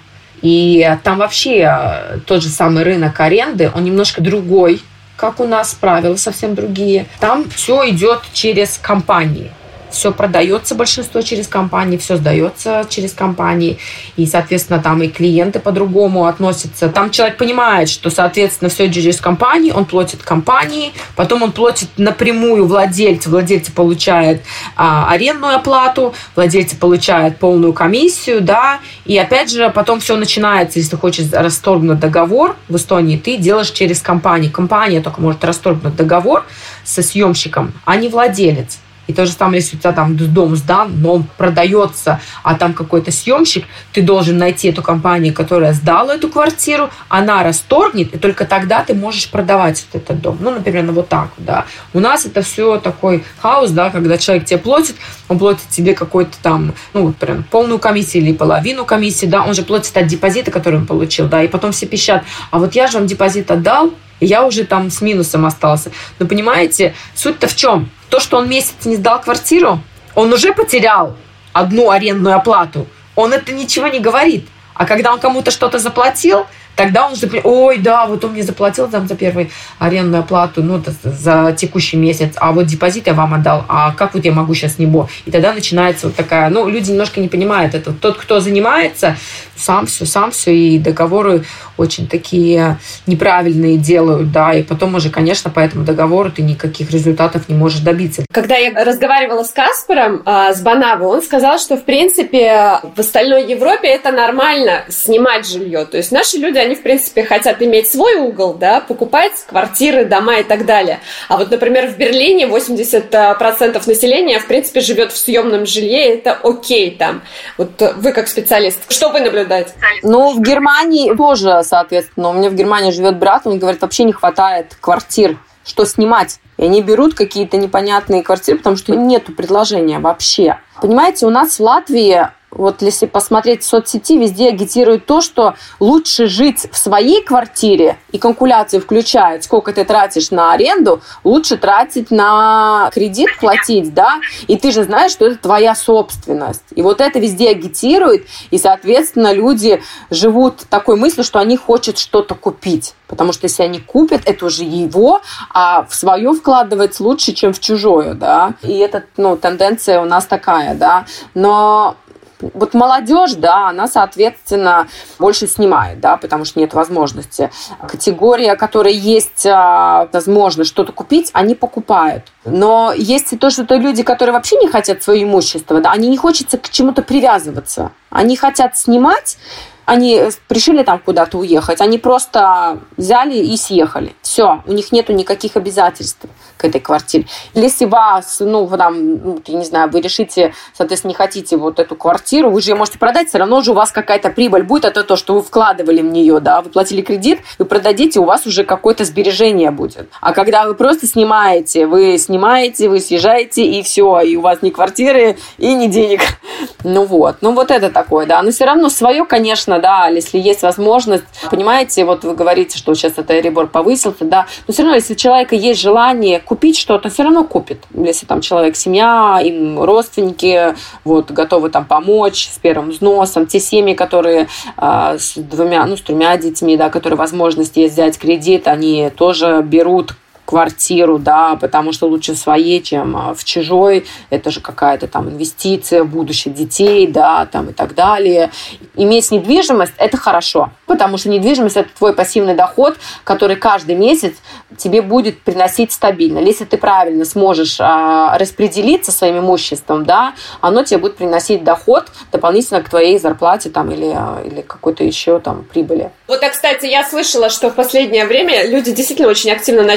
И там вообще тот же самый рынок аренды, он немножко другой, как у нас, правила совсем другие. Там все идет через компании. Все продается, большинство через компании, все сдается через компании. И, соответственно, там и клиенты по-другому относятся. Там человек понимает, что, соответственно, все идет через компании, он платит компании, потом он платит напрямую владельцу. Владельцы получают а, арендную оплату, владельцы получают полную комиссию, да. И, опять же, потом все начинается, если ты хочешь расторгнуть договор в Эстонии, ты делаешь через компанию. Компания только может расторгнуть договор со съемщиком, а не владелец. И то же самое, если у тебя там дом сдан, но он продается, а там какой-то съемщик, ты должен найти эту компанию, которая сдала эту квартиру, она расторгнет, и только тогда ты можешь продавать вот этот дом. Ну, например, вот так, да. У нас это все такой хаос, да, когда человек тебе платит, он платит тебе какой-то там, ну, вот прям полную комиссию или половину комиссии, да, он же платит от депозита, который он получил, да, и потом все пищат, а вот я же вам депозит отдал, и я уже там с минусом остался. Но понимаете, суть-то в чем? То, что он месяц не сдал квартиру, он уже потерял одну арендную оплату. Он это ничего не говорит. А когда он кому-то что-то заплатил, тогда он уже, ой, да, вот он мне заплатил там за первую арендную оплату, ну, за текущий месяц, а вот депозит я вам отдал, а как вот я могу сейчас него? И тогда начинается вот такая, ну, люди немножко не понимают это. Тот, кто занимается, сам все, сам все, и договоры очень такие неправильные делают, да, и потом уже, конечно, по этому договору ты никаких результатов не можешь добиться. Когда я разговаривала с Каспаром, с Банаво, он сказал, что, в принципе, в остальной Европе это нормально снимать жилье. То есть наши люди, они, в принципе, хотят иметь свой угол, да, покупать квартиры, дома и так далее. А вот, например, в Берлине восемьдесят процентов населения, в принципе, живет в съемном жилье, это окей там. Вот вы как специалист, что вы наблюдаете? Ну, в Германии тоже, соответственно. У меня в Германии живет брат, он говорит, вообще не хватает квартир, что снимать. И они берут какие-то непонятные квартиры, потому что нету предложения вообще. Понимаете, у нас в Латвии, вот если посмотреть в соцсети, везде агитируют то, что лучше жить в своей квартире, и калькуляции включают, сколько ты тратишь на аренду, лучше тратить на кредит, платить, да, и ты же знаешь, что это твоя собственность. И вот это везде агитирует, и, соответственно, люди живут такой мыслью, что они хотят что-то купить. Потому что если они купят, это уже его, а в свое вкладывать лучше, чем в чужое, да. И эта, ну, тенденция у нас такая, да. Но вот молодежь, да, она, соответственно, больше снимает, да, потому что нет возможности. Категория, которая есть возможность что-то купить, они покупают. Но есть и то, что то люди, которые вообще не хотят свое имущество, да, они не хочется к чему-то привязываться. Они хотят снимать, они решили там куда-то уехать, они просто взяли и съехали. Все, у них нету никаких обязательств к этой квартире. Если вас, ну, вы там, ну, я не знаю, вы решите, соответственно, не хотите вот эту квартиру, вы же ее можете продать, все равно же у вас какая-то прибыль будет, это то, что вы вкладывали в нее, да, вы платили кредит, вы продадите, у вас уже какое-то сбережение будет. А когда вы просто снимаете, вы снимаете, вы съезжаете, и все, и у вас ни квартиры, и ни денег. Ну вот, ну вот это такое, да. Но все равно свое, конечно, да, если есть возможность, понимаете, вот вы говорите, что сейчас это Euribor повысился, да, но все равно, если у человека есть желание купить что-то, все равно купит. Если там человек, семья, им родственники, вот, готовы там помочь с первым взносом, те семьи, которые э, с двумя, ну, с тремя детьми, да, которые возможность есть взять кредит, они тоже берут квартиру, да, потому что лучше в своей, чем в чужой. Это же какая-то там инвестиция в будущее детей, да, там и так далее. Иметь недвижимость – это хорошо, потому что недвижимость – это твой пассивный доход, который каждый месяц тебе будет приносить стабильно. Если ты правильно сможешь а, распределиться своим имуществом, да, оно тебе будет приносить доход дополнительно к твоей зарплате там, или, или какой-то еще там прибыли. Вот, а, кстати, я слышала, что в последнее время люди действительно очень активно начали интересоваться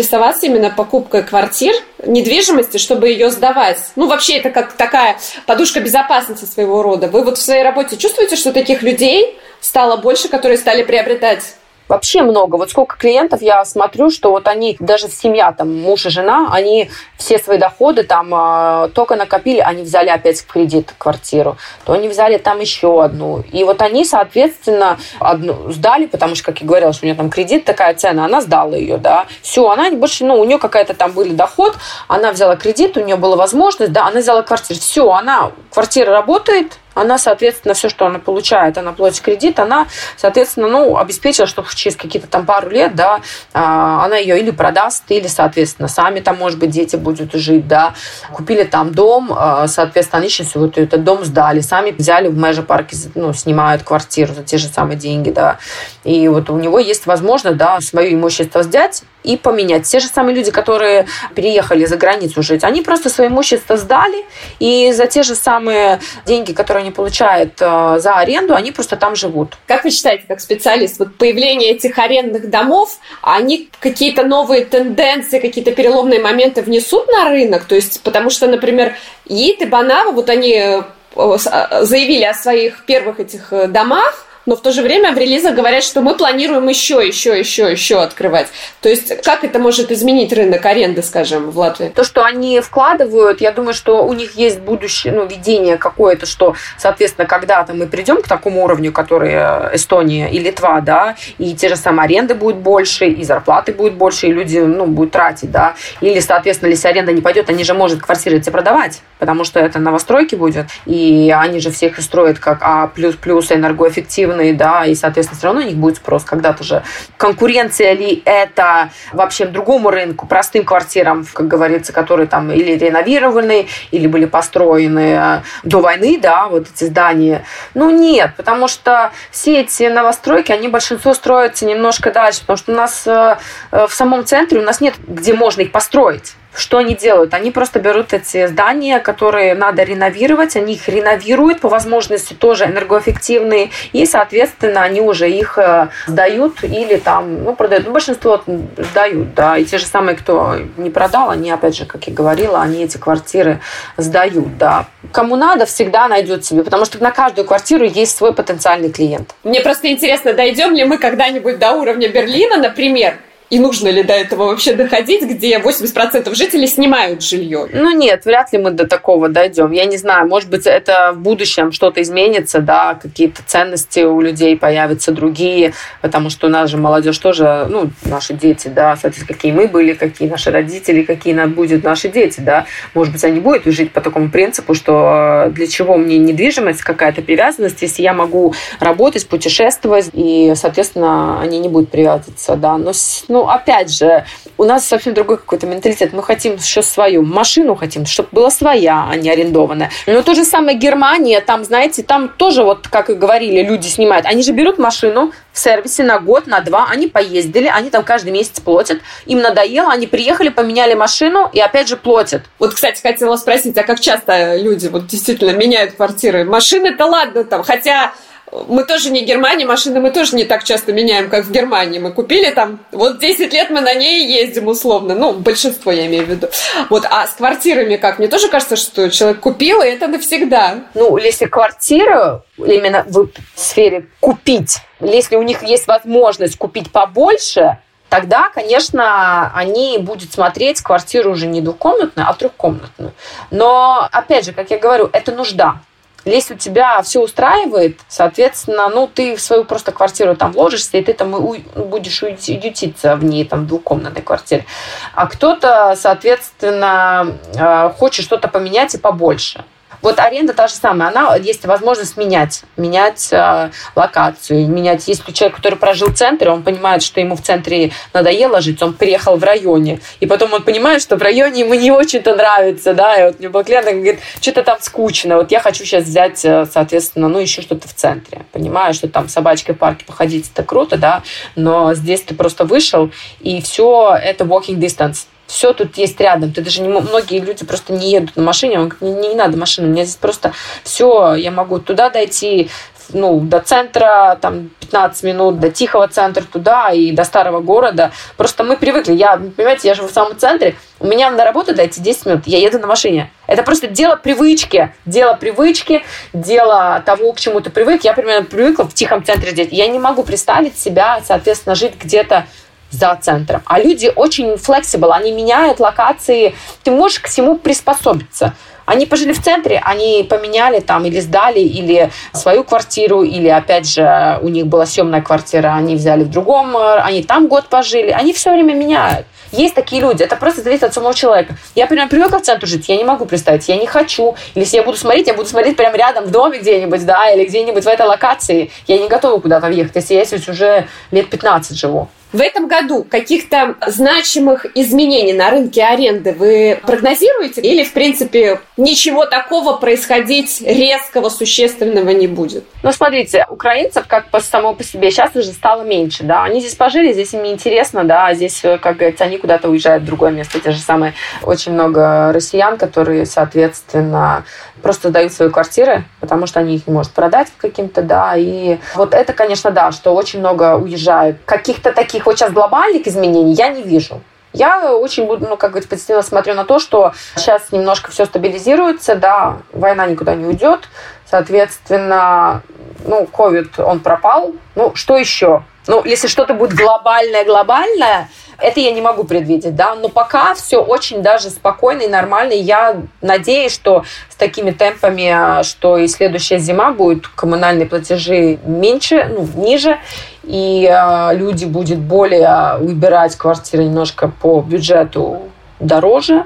заинтересоваться именно покупкой квартир, недвижимости, чтобы ее сдавать? Ну, вообще, это как такая подушка безопасности своего рода. Вы вот в своей работе чувствуете, что таких людей стало больше, которые стали приобретать? Вообще много. Вот сколько клиентов я смотрю, что вот они, даже семья, там, муж и жена, они все свои доходы там э, только накопили, они взяли опять в кредит квартиру, то они взяли там еще одну. И вот они, соответственно, одну сдали, потому что, как я говорила, что у нее там кредит, такая цена, она сдала ее, да. Все, она больше, ну, у нее какая-то там был доход, она взяла кредит, у нее была возможность, да, она взяла квартиру. Все, она, квартира работает, она, соответственно, все, что она получает, она платит кредит, она, соответственно, ну, обеспечила, что через какие-то там пару лет, да, она ее или продаст, или, соответственно, сами там, может быть, дети будут жить, да. Купили там дом, соответственно, они сейчас вот этот дом сдали, сами взяли в Межа-парке, ну, снимают квартиру за те же самые деньги, да. И вот у него есть возможность, да, свое имущество взять и поменять. Те же самые люди, которые переехали за границу жить, они просто свое имущество сдали, и за те же самые деньги, которые они получают э, за аренду, они просто там живут. Как вы считаете, как специалист, вот появление этих арендных домов, они какие-то новые тенденции, какие-то переломные моменты внесут на рынок? То есть, потому что, например, Йит и Банава, вот они заявили о своих первых этих домах, но в то же время в релизах говорят, что мы планируем еще, еще, еще, еще открывать. То есть как это может изменить рынок аренды, скажем, в Латвии? То, что они вкладывают, я думаю, что у них есть будущее, ну, видение какое-то, что, соответственно, когда-то мы придем к такому уровню, который Эстония и Литва, да, и те же самые аренды будут больше, и зарплаты будут больше, и люди, ну, будут тратить, да. Или, соответственно, если аренда не пойдет, они же могут квартиры эти продавать, потому что это новостройки будет, и они же всех строят как А++, энергоэффективно, да, и, соответственно, все равно у них будет спрос. Когда-то же конкуренция ли это вообще другому рынку, простым квартирам, как говорится, которые там или реновированы, или были построены до войны, да, вот эти здания. Ну, нет, потому что все эти новостройки, они большинство строятся немножко дальше, потому что у нас э, в самом центре у нас нет, где можно их построить. Что они делают? Они просто берут эти здания, которые надо реновировать, они их реновируют, по возможности тоже энергоэффективные, и, соответственно, они уже их сдают или там, ну, продают. Ну, большинство сдают, да, и те же самые, кто не продал, они, опять же, как я говорила, они эти квартиры сдают, да. Кому надо, всегда найдет себе, потому что на каждую квартиру есть свой потенциальный клиент. Мне просто интересно, дойдем ли мы когда-нибудь до уровня Берлина, например, и нужно ли до этого вообще доходить, где восемьдесят процентов жителей снимают жилье? Ну нет, вряд ли мы до такого дойдем. Я не знаю, может быть, это в будущем что-то изменится, да, какие-то ценности у людей появятся другие, потому что у нас же молодежь тоже, ну, наши дети, да, соответственно, какие мы были, какие наши родители, какие будут наши дети, да. Может быть, они будут жить по такому принципу, что для чего мне недвижимость, какая-то привязанность, если я могу работать, путешествовать, и, соответственно, они не будут привязываться, да. Но, ну, опять же, у нас совсем другой какой-то менталитет. Мы хотим еще свою машину, хотим, чтобы была своя, а не арендованная. Но то же самое Германия, там, знаете, там тоже, вот как и говорили, люди снимают. Они же берут машину в сервисе на год, на два, они поездили, они там каждый месяц платят. Им надоело, они приехали, поменяли машину и опять же платят. Вот, кстати, хотела спросить, а как часто люди вот действительно меняют квартиры? Машины-то ладно там, хотя... Мы тоже не Германия, машины мы тоже не так часто меняем, как в Германии. Мы купили там, вот десять лет мы на ней ездим условно. Ну, большинство я имею в виду. Вот, а с квартирами как? Мне тоже кажется, что человек купил, и это навсегда. Ну, если квартиру именно в сфере купить, если у них есть возможность купить побольше, тогда, конечно, они будут смотреть квартиру уже не двухкомнатную, а трехкомнатную. Но, опять же, как я говорю, это нужда. Если у тебя все устраивает, соответственно, ну, ты в свою просто квартиру там вложишься, и ты там будешь ютиться в ней, там, в двухкомнатной квартире. А кто-то, соответственно, хочет что-то поменять и побольше. Вот аренда та же самая, она есть возможность менять, менять э, локацию, менять. Есть человек, который прожил в центре, он понимает, что ему в центре надоело жить, он переехал в районе, и потом он понимает, что в районе ему не очень-то нравится, да, и вот мне был клиент, он говорит, что-то там скучно, вот я хочу сейчас взять, соответственно, ну, еще что-то в центре, понимаю, что там собачкой в парке походить, это круто, да, но здесь ты просто вышел, и все это walking distance. Все тут есть рядом. Ты даже не, многие люди просто не едут на машине. Он говорит, не, не надо машины. У меня здесь просто все. Я могу туда дойти, ну, до центра, там, пятнадцать минут, до тихого центра туда и до старого города. Просто мы привыкли. Я, понимаете, я живу в самом центре, у меня на работу дойти десять минут, я еду на машине. Это просто дело привычки. Дело привычки, дело того, к чему ты привык. Я, примерно, привыкла в тихом центре жить. Я не могу представить себя, соответственно, жить где-то за центром. А люди очень flexible, они меняют локации. Ты можешь к всему приспособиться. Они пожили в центре, они поменяли там или сдали, или свою квартиру, или, опять же, у них была съемная квартира, они взяли в другом, они там год пожили. Они все время меняют. Есть такие люди, это просто зависит от самого человека. Я, например, привыкла в центр жить, я не могу представить, я не хочу. Или если я буду смотреть, я буду смотреть прямо рядом в доме где-нибудь, да, или где-нибудь в этой локации. Я не готова куда-то въехать, если я здесь уже лет пятнадцать живу. В этом году каких-то значимых изменений на рынке аренды вы прогнозируете? Или, в принципе, ничего такого происходить резкого, существенного не будет? Ну, смотрите, украинцев как по само по себе сейчас уже стало меньше, да. Они здесь пожили, здесь им неинтересно, да, а здесь, как говорится, они куда-то уезжают в другое место. Те же самые, очень много россиян, которые, соответственно, просто сдают свои квартиры, потому что они их не могут продать каким-то, да, и вот это, конечно, да, что очень много уезжают. Каких-то таких вот сейчас глобальных изменений я не вижу. Я очень буду, ну, как говорится, позитивно смотрю на то, что сейчас немножко все стабилизируется, да, война никуда не уйдет, соответственно, ну, ковид, он пропал, ну, что еще? Ну, если что-то будет глобальное-глобальное, это я не могу предвидеть, да, но пока все очень даже спокойно и нормально. Я надеюсь, что с такими темпами, что и следующая зима будет коммунальные платежи меньше, ну, ниже, и э, люди будут более выбирать квартиры немножко по бюджету дороже,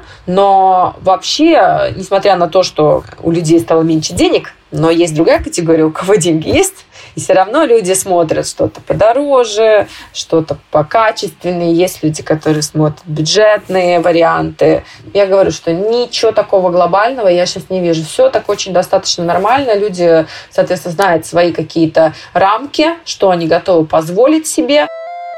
но вообще, несмотря на то, что у людей стало меньше денег, но есть другая категория, у кого деньги есть, и все равно люди смотрят что-то подороже, что-то покачественнее. Есть люди, которые смотрят бюджетные варианты. Я говорю, что ничего такого глобального я сейчас не вижу. Все так очень достаточно нормально. Люди, соответственно, знают свои какие-то рамки, что они готовы позволить себе.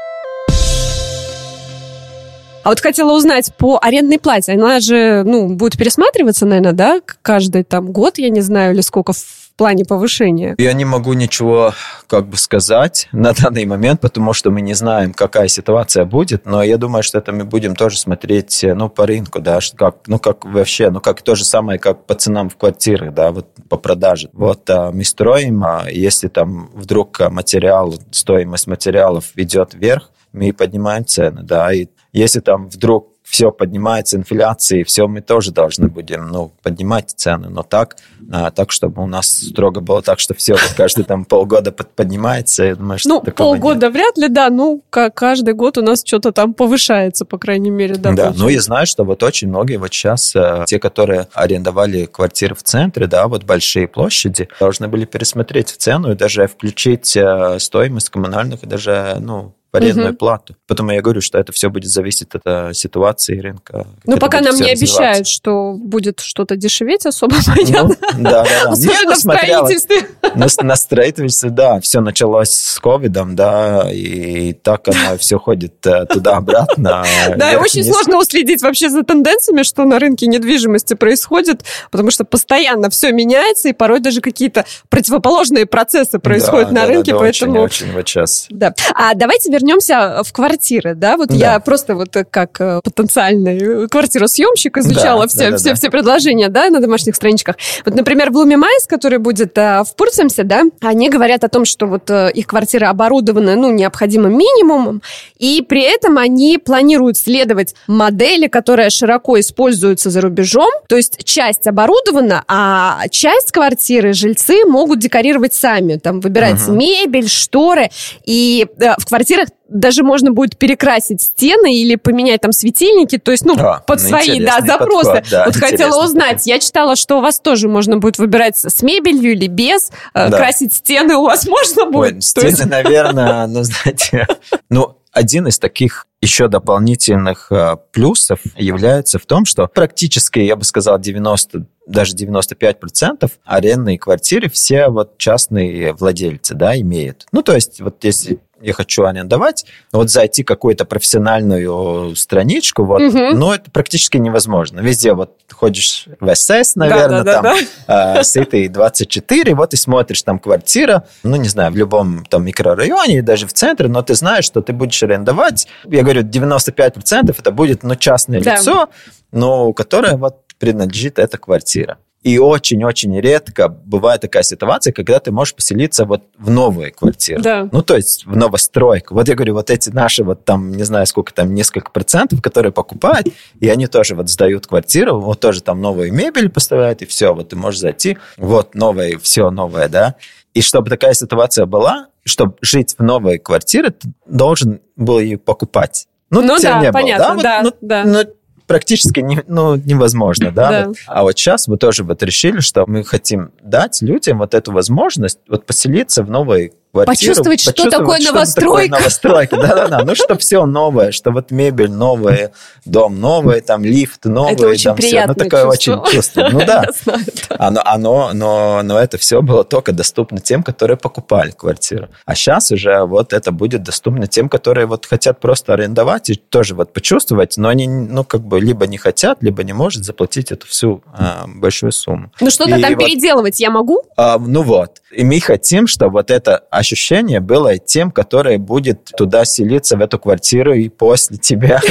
А вот хотела узнать по арендной плате. Она же, ну, будет пересматриваться, наверное, да, каждый там год, я не знаю, или сколько в плане повышения? Я не могу ничего как бы сказать на данный момент, потому что мы не знаем, какая ситуация будет, но я думаю, что это мы будем тоже смотреть, ну, по рынку, да, как, ну, как вообще, ну, как то же самое, как по ценам в квартирах, да, вот по продаже. Вот а, мы строим, а если там вдруг материал, стоимость материалов идет вверх, мы поднимаем цены, да, и если там вдруг все поднимается, инфляция, все мы тоже должны будем, ну, поднимать цены, но так, а, так, чтобы у нас строго было так, что все каждый там полгода поднимается, я думаю, что ну, полгода нет. Вряд ли, да, ну, каждый год у нас что-то там повышается, по крайней мере, да. Да, ну, я знаю, что вот очень многие вот сейчас, те, которые арендовали квартиры в центре, да, вот большие площади, должны были пересмотреть цену и даже включить стоимость коммунальных и даже, ну, в арендную uh-huh. плату. Поэтому я говорю, что это все будет зависеть от ситуации рынка. Ну, пока нам не обещают, что будет что-то дешеветь особо, понятно. Ну, да, да, да. Особенно в строительстве. На, на строительстве, да, все началось с ковидом, да, и так оно все ходит туда-обратно. Да, и очень сложно уследить вообще за тенденциями, что на рынке недвижимости происходит, потому что постоянно все меняется, и порой даже какие-то противоположные процессы происходят на рынке, поэтому... Очень, очень вот сейчас. Да. А давайте вернемся в квартиры, да, вот да. Я просто вот как потенциальный квартиросъемщик изучала да, все, да, все, да. все предложения, да, на домашних страничках. Вот, например, в Лумимайс, который будет в Пурцемсе, да, они говорят о том, что вот их квартиры оборудованы, ну, необходимым минимумом, и при этом они планируют следовать модели, которая широко используется за рубежом, то есть часть оборудована, а часть квартиры жильцы могут декорировать сами, там, выбирать угу. мебель, шторы, и в квартирах даже можно будет перекрасить стены или поменять там светильники, то есть, ну, а, под свои, да, запросы. Подход, да, вот хотела узнать, подход. Я читала, что у вас тоже можно будет выбирать с мебелью или без, да. красить стены у вас можно будет? Ой, стены, есть... наверное, ну, знаете, ну, один из таких еще дополнительных плюсов является в том, что практически, я бы сказал, девяносто, даже девяносто пять процентов арендные квартиры все вот частные владельцы, да, имеют. Ну, то есть, вот если я хочу арендовать, вот зайти в какую-то профессиональную страничку, вот, угу. ну, это практически невозможно. Везде вот ходишь в эс эс, наверное, да, да, там, да. Сити двадцать четыре, вот и смотришь, там квартира, ну, не знаю, в любом там микрорайоне, даже в центре, но ты знаешь, что ты будешь арендовать. Я говорю, девяносто пять процентов это будет, ну, частное да. лицо, но которое вот принадлежит эта квартира. И очень-очень редко бывает такая ситуация, когда ты можешь поселиться вот в новую квартиру. Да. Ну, то есть в новостройку. Вот я говорю, вот эти наши вот там, не знаю, сколько там, несколько процентов, которые покупают, и они тоже вот сдают квартиру, вот тоже там новую мебель поставляют, и все, вот ты можешь зайти, вот новое, все новое, да. И чтобы такая ситуация была, чтобы жить в новой квартире, ты должен был ее покупать. Ну, ну да, не понятно, было, да, да? да. Ну, ну, практически не, ну, невозможно, да. да. Вот. А вот сейчас мы тоже вот решили, что мы хотим дать людям вот эту возможность вот поселиться в новой квартиру. Почувствовать, что такое что новостройка. Такое новостройка. Да-да-да. Ну, что все новое, что вот мебель новая, дом новый, там лифт новый. Это очень там приятное все. Ну, такое чувство. очень чувство. Ну, да. Я знаю, да. Оно, оно, но, но это все было только доступно тем, которые покупали квартиру. А сейчас уже вот это будет доступно тем, которые вот хотят просто арендовать и тоже вот почувствовать, но они, ну, как бы либо не хотят, либо не может заплатить эту всю а, большую сумму. Ну, что-то и там вот, переделывать я могу? А, ну, вот. И мы хотим, чтобы вот это ощущение было тем, который будет туда селиться, в эту квартиру, и после тебя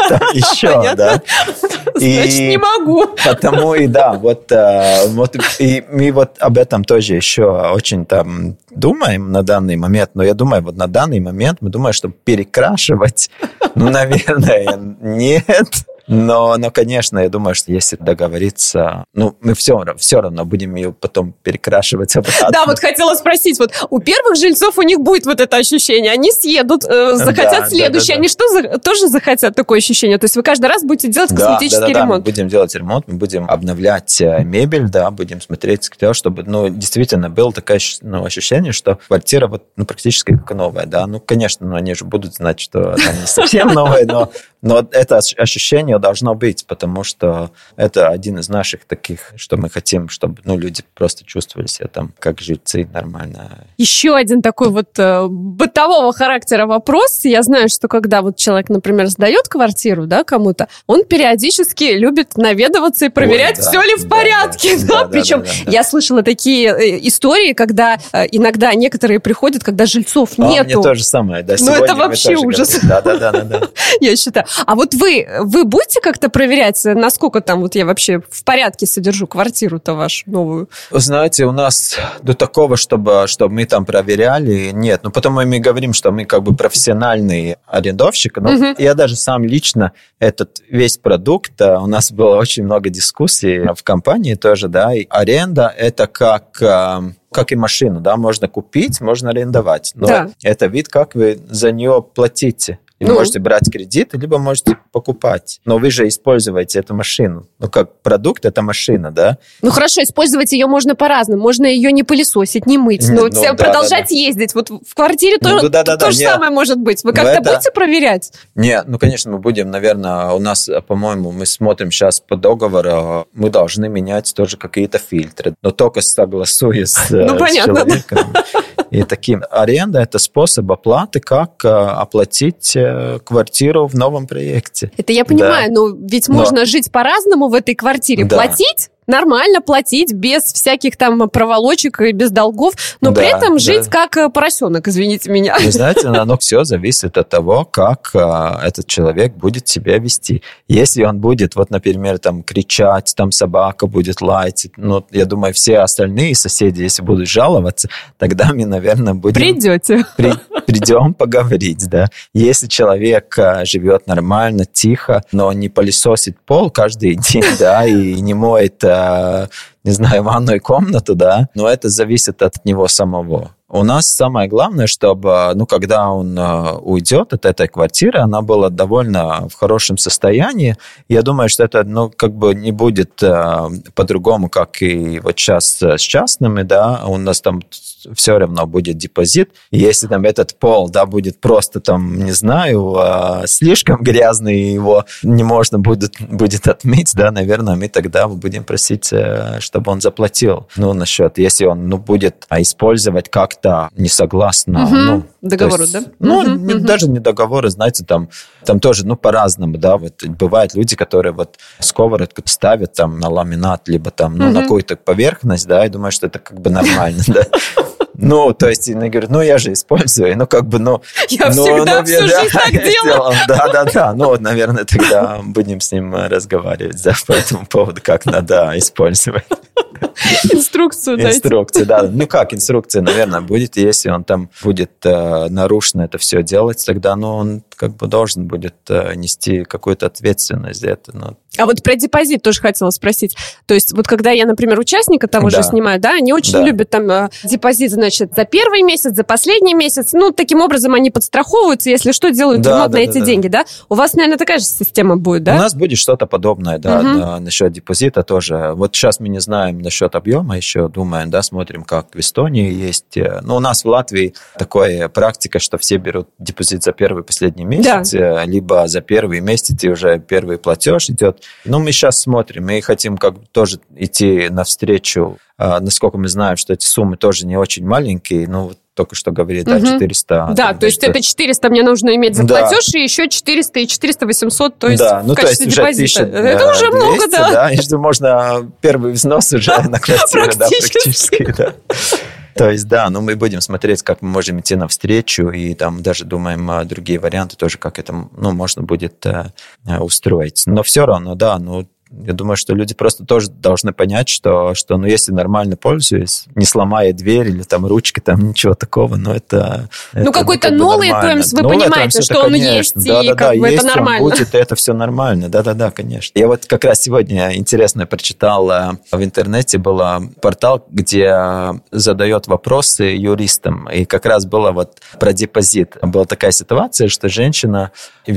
еще, да. Значит, не могу. Потому и да, вот, вот и мы вот об этом тоже еще очень там думаем на данный момент, но я думаю, вот на данный момент мы думаем, что перекрашивать, ну, наверное, нет. Но, но, конечно, я думаю, что если договориться, ну, мы все, все равно будем ее потом перекрашивать обратно. Да, вот хотела спросить, вот у первых жильцов у них будет вот это ощущение, они съедут, э, захотят да, следующее, да, да, они да. что, за, тоже захотят такое ощущение? То есть вы каждый раз будете делать косметический да, да, да, ремонт? Да, мы будем делать ремонт, мы будем обновлять мебель, да, будем смотреть, чтобы, ну, действительно было такое, ну, ощущение, что квартира вот, ну, практически как новая, да, ну, конечно, ну, они же будут знать, что она не совсем новая, но, но это ощущение должно быть, потому что это один из наших таких, что мы хотим, чтобы, ну, люди просто чувствовали себя там как жильцы нормально. Еще один такой вот э, бытового характера вопрос. Я знаю, что когда вот человек, например, сдает квартиру, да, кому-то, он периодически любит наведываться и проверять, Ой, да, все ли в порядке. Да, да, да, да, Причем да, да, да. я слышала такие э, истории, когда э, иногда некоторые приходят, когда жильцов а, нету. Мне то же самое, да. Ну, это вообще ужас. Да, да, да, да. Я считаю. А вот вы, вы будете как-то проверять, насколько там вот я вообще в порядке содержу квартиру-то вашу новую? Знаете, у нас до такого, чтобы, чтобы мы там проверяли, нет. Ну, потому мы говорим, что мы как бы профессиональный арендовщик. Но угу. я даже сам лично этот весь продукт, у нас было очень много дискуссий в компании тоже, да, и аренда – это как... как и машину, да, можно купить, можно арендовать. Но да. это вид, как вы за нее платите. И ну. можете брать кредит, либо можете покупать. Но вы же используете эту машину. Ну, как продукт, это машина, да? Ну, хорошо, использовать ее можно по-разному. Можно ее не пылесосить, не мыть, но ну, да, продолжать да, да. ездить. Вот в квартире ну, то, да, да, то да, же нет. самое может быть. Вы как-то это... будете проверять? Нет, ну, конечно, мы будем, наверное, у нас, по-моему, мы смотрим сейчас по договору, мы должны менять тоже какие-то фильтры, но только согласуясь с, ну, с человеком. И таким. Аренда – это способ оплаты, как оплатить квартиру в новом проекте. Это я понимаю, да. но ведь но... можно жить по-разному в этой квартире. Да. Платить? Нормально платить, без всяких там проволочек и без долгов, но да, при этом да. жить как поросенок, извините меня. Вы знаете, оно все зависит от того, как а, этот человек будет себя вести. Если он будет, вот, например, там кричать, там собака будет лаять, ну, я думаю, все остальные соседи, если будут жаловаться, тогда мы, наверное, будем... Придете. При, придем поговорить, да. Если человек а, живет нормально, тихо, но не пылесосит пол каждый день, да, и не моет не знаю, ванную комнату, да, но это зависит от него самого. У нас самое главное, чтобы, ну, когда он уйдет от этой квартиры, она была довольно в хорошем состоянии. Я думаю, что это, ну, как бы не будет э, по-другому, как и вот сейчас с частными, да, у нас там все равно будет депозит. И если там этот пол, да, будет просто там, не знаю, э, слишком грязный, его не можно будет, будет отмыть, да, наверное, мы тогда будем просить, э, чтобы он заплатил. Ну, насчет, если он, ну, будет использовать как как-то не согласна. Угу. Ну, договору, есть, да? Ну, угу, не, угу. даже не договоры, знаете, там, там тоже, ну, по-разному, да, вот бывают люди, которые вот сковородку ставят там на ламинат, либо там, ну, угу. на какую-то поверхность, да, и думают, что это как бы нормально, да. Ну, то есть, они говорят, ну, я же использую, ну, как бы, ну... Я ну, всегда ну, всю да, жизнь так делала. Да, да, да, ну, вот, наверное, тогда будем с ним разговаривать, да, по этому поводу, как надо использовать. Инструкцию дайте. Инструкцию, да. Ну, как инструкция, наверное, будет, если он там будет э, нарушно это все делать, тогда, ну, он как бы должен будет э, нести какую-то ответственность за это, ну. А вот про депозит тоже хотела спросить. То есть вот когда я, например, участника того да. же снимаю, да, они очень да. любят там э, депозит, значит, за первый месяц, за последний месяц. Ну, таким образом они подстраховываются, если что, делают да, ремонт да, на да, эти да. деньги, да? У вас, наверное, такая же система будет, да? У нас будет что-то подобное, да, угу. да, насчет депозита тоже. Вот сейчас мы не знаем насчет объема еще, думаем, да, смотрим, как в Эстонии есть. Но у нас в Латвии такая практика, что все берут депозит за первый и последний месяц, да. либо за первый месяц и уже первый платеж идет. Но мы сейчас смотрим и хотим как бы тоже идти навстречу. Насколько мы знаем, что эти суммы тоже не очень маленькие, ну, вот только что говорили, да, четыреста. Да, там, то есть это четыреста мне нужно иметь за да. платеж, и еще четыреста и четыреста восемьсот, то есть да, в ну, качестве то есть депозита. уже это уже много, да. да. И что можно первый взнос уже на квартиру, да, практически, да. То есть, да, ну, мы будем смотреть, как мы можем идти навстречу, и там даже думаем другие варианты тоже, как это, ну, можно будет э, устроить. Но все равно, да, ну, я думаю, что люди просто тоже должны понять, что, что ну, если нормально пользуюсь, не сломая дверь или там ручки, там ничего такого, но это... Ну, это, какой-то ну, как новый ТОЭМС, вы новый понимаете, ТОЭМС, что он конечно, есть, да, и да, как да, бы есть, это нормально. Он будет, и это все нормально, да-да-да, конечно. Я вот как раз сегодня интересно прочитал в интернете, был портал, где задает вопросы юристам, и как раз было вот про депозит. Была такая ситуация, что женщина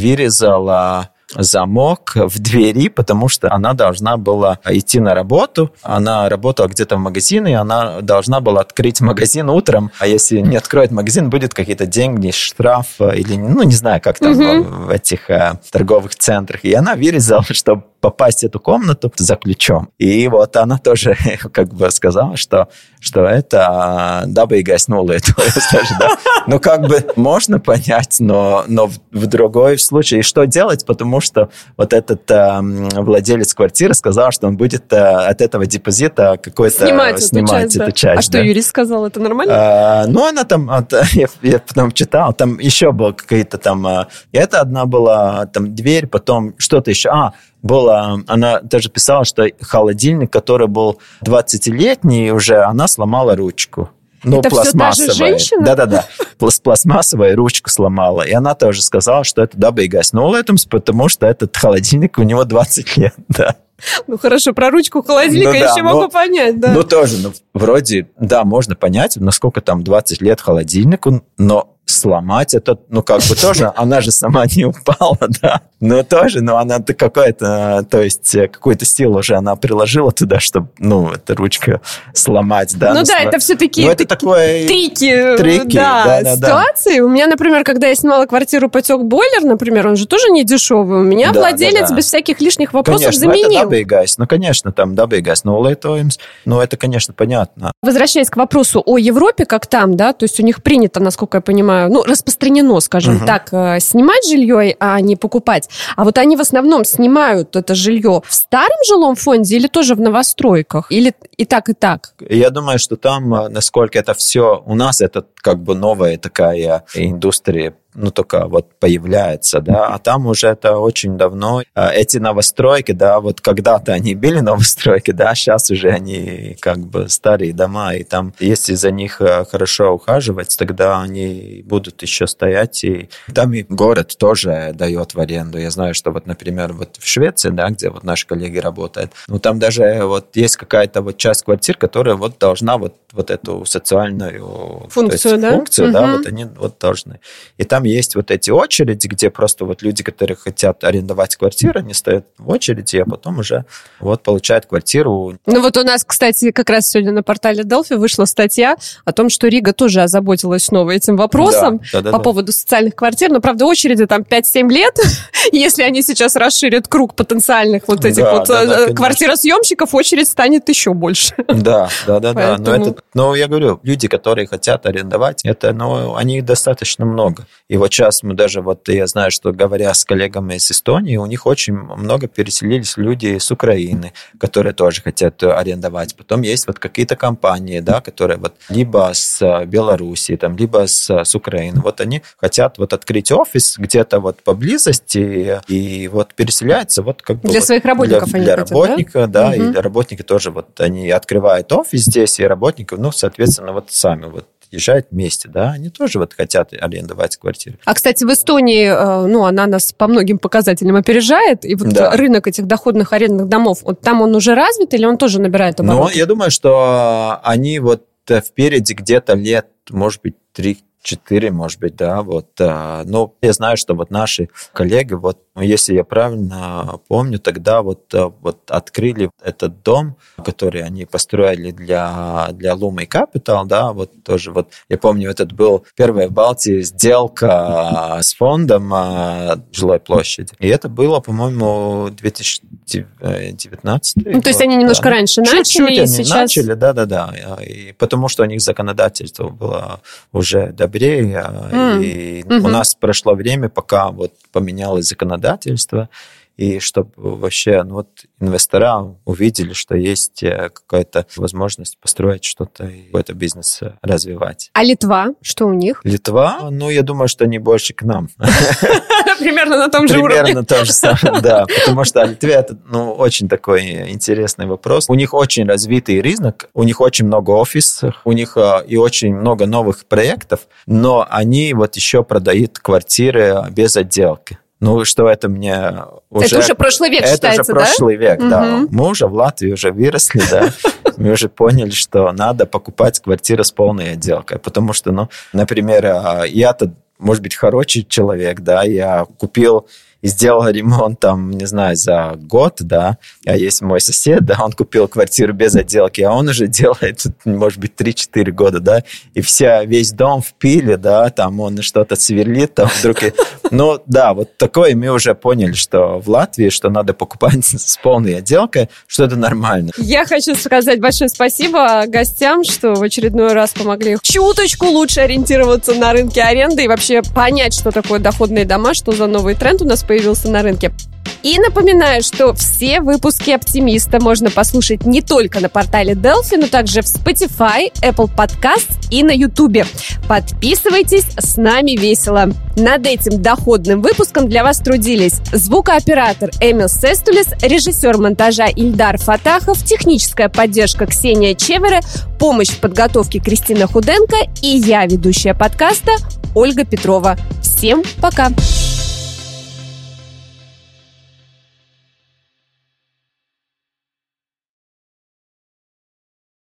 вырезала замок в двери, потому что она должна была идти на работу. Она работала где-то в магазине, и она должна была открыть магазин утром. А если не откроет магазин, будет какие-то деньги, штраф или, ну, не знаю, как там угу. в, в этих а, торговых центрах. И она вырезала, чтобы попасть в эту комнату за ключом. И вот она тоже как бы сказала, что, что это dabīgais nolietojums. Да? Ну, как бы можно понять, но, но в, в другой случае. И что делать? Потому что вот этот э, владелец квартиры сказал, что он будет э, от этого депозита какой-то снимать, снимать эту часть. Эту Да. часть а что да. юрист сказал? Это нормально? А, ну, она там, я, я потом читал, там еще была какая-то там... Это одна была там дверь, потом что-то еще... А, было, она даже писала, что холодильник, который был двадцатилетний уже, она сломала ручку. Ну, это пластмассовая. Все та же женщина? Да-да-да. Пластмассовая ручку сломала. И она тоже сказала, что это dabīgais nolietojums, потому что этот холодильник у него двадцать лет, да. Ну, хорошо, про ручку холодильника ну, да, еще могу понять, да. Ну, тоже, ну, вроде, да, можно понять, насколько там двадцать лет холодильнику, но сломать это, ну, как бы тоже, она же сама не упала, да, но тоже, ну, она какая-то, то есть, какую-то силу уже она приложила туда, чтобы, ну, эту ручку сломать, да. Ну, ну да, см... это все-таки ну, это такое... трики, трики да, да, да, ситуации. Да. У меня, например, когда я снимала квартиру «Потек бойлер», например, он же тоже не дешевый, у меня да, владелец да, да. без всяких лишних вопросов конечно, заменил. Это dabīgais, ну, конечно, там dabīgais nolietojums, ну, это, конечно, понятно. Возвращаясь к вопросу о Европе, как там, да, то есть у них принято, насколько я понимаю, ну, распространено, скажем uh-huh. так, снимать жилье, а не покупать. А вот они в основном снимают это жилье в старом жилом фонде или тоже в новостройках? Или и так, и так? Я думаю, что там, насколько это все... У нас это как бы новая такая индустрия, ну, только вот появляется, да, а там уже это очень давно. Эти новостройки, да, вот когда-то они были новостройки, да, сейчас уже они как бы старые дома, и там, если за них хорошо ухаживать, тогда они будут еще стоять, и там и город тоже дает в аренду. Я знаю, что вот, например, вот в Швеции, да, где вот наши коллеги работают, ну, там даже вот есть какая-то вот часть квартир, которая вот должна вот, вот эту социальную функцию, есть, да, функцию, угу. да, вот они вот должны. И там есть вот эти очереди, где просто вот люди, которые хотят арендовать квартиру, они стоят в очереди, а потом уже вот получают квартиру. Ну вот у нас, кстати, как раз сегодня на портале Delphi вышла статья о том, что Рига тоже озаботилась снова этим вопросом да, да, да, по да. поводу социальных квартир. Но, правда, очереди там пять-семь лет. Если они сейчас расширят круг потенциальных вот этих да, вот да, да, квартиросъемщиков, очередь станет еще больше. Да, да, да, да. Но это Но я говорю, люди, которые хотят арендовать, это, ну, они достаточно много. И вот сейчас мы даже, вот я знаю, что говоря с коллегами из Эстонии, у них очень много переселились люди с Украины, которые тоже хотят арендовать. Потом есть вот какие-то компании, да, которые вот либо с Белоруссии, там, либо с, с Украины. Вот они хотят вот открыть офис где-то вот поблизости и вот переселяются вот как бы... Для вот своих работников для, они для хотят, работника, да, да? и угу. для работника тоже вот они открывают офис здесь, и работников, ну, соответственно, вот сами вот езжают вместе, да, они тоже вот хотят арендовать квартиры. А, кстати, в Эстонии, ну, она нас по многим показателям опережает, и вот да. рынок этих доходных арендных домов, вот там он уже развит или он тоже набирает обороты? Ну, я думаю, что они вот впереди где-то лет, может быть, три-четыре, может быть, да, вот. Но я знаю, что вот наши коллеги, вот, если я правильно помню, тогда вот, вот открыли этот дом, который они построили для, для Lume Capital, да, вот тоже вот, я помню, этот был первая в Балтии сделка с фондом жилой площади. И это было, по-моему, две тысячи девятнадцатый. Ну, то есть они немножко да. раньше начали, Чуть-чуть и они сейчас... начали, да-да-да, и потому что у них законодательство было уже добрее, mm. и mm-hmm. у нас прошло время, пока вот поменялось законодательство, и чтобы вообще ну, вот инвестора увидели, что есть какая-то возможность построить что-то и какой-то бизнес развивать. А Литва? Что у них? Литва? Ну, я думаю, что они больше к нам. Примерно на том же уровне. Примерно то же самое, да. Потому что Литве это ну, очень такой интересный вопрос. У них очень развитый рынок, у них очень много офисов, у них и очень много новых проектов, но они вот еще продают квартиры без отделки. Ну, что это мне уже... Это уже прошлый век это считается, уже прошлый да? век, угу. да. Мы уже в Латвии уже выросли, да. Мы уже поняли, что надо покупать квартиру с полной отделкой. Потому что, ну, например, я-то, может быть, хороший человек, да, я купил и сделал ремонт там, не знаю, за год, да, а есть мой сосед, да, он купил квартиру без отделки, а он уже делает, может быть, три-четыре года, да, и вся, весь дом в пиле, да, там он что-то сверлит, там вдруг... И... Ну, да, вот такое мы уже поняли, что в Латвии, что надо покупать с полной отделкой, что это нормально. Я хочу сказать большое спасибо гостям, что в очередной раз помогли чуточку лучше ориентироваться на рынке аренды и вообще понять, что такое доходные дома, что за новый тренд у нас появился на рынке. И напоминаю, что все выпуски «Оптимиста» можно послушать не только на портале Delphi, но также в Spotify, Apple Podcasts и на YouTube. Подписывайтесь, с нами весело. Над этим доходным выпуском для вас трудились звукооператор Эмил Сестулис, режиссер монтажа Ильдар Фатахов, техническая поддержка Ксения Чевера, помощь в подготовке Кристина Худенко и я, ведущая подкаста, Ольга Петрова. Всем пока!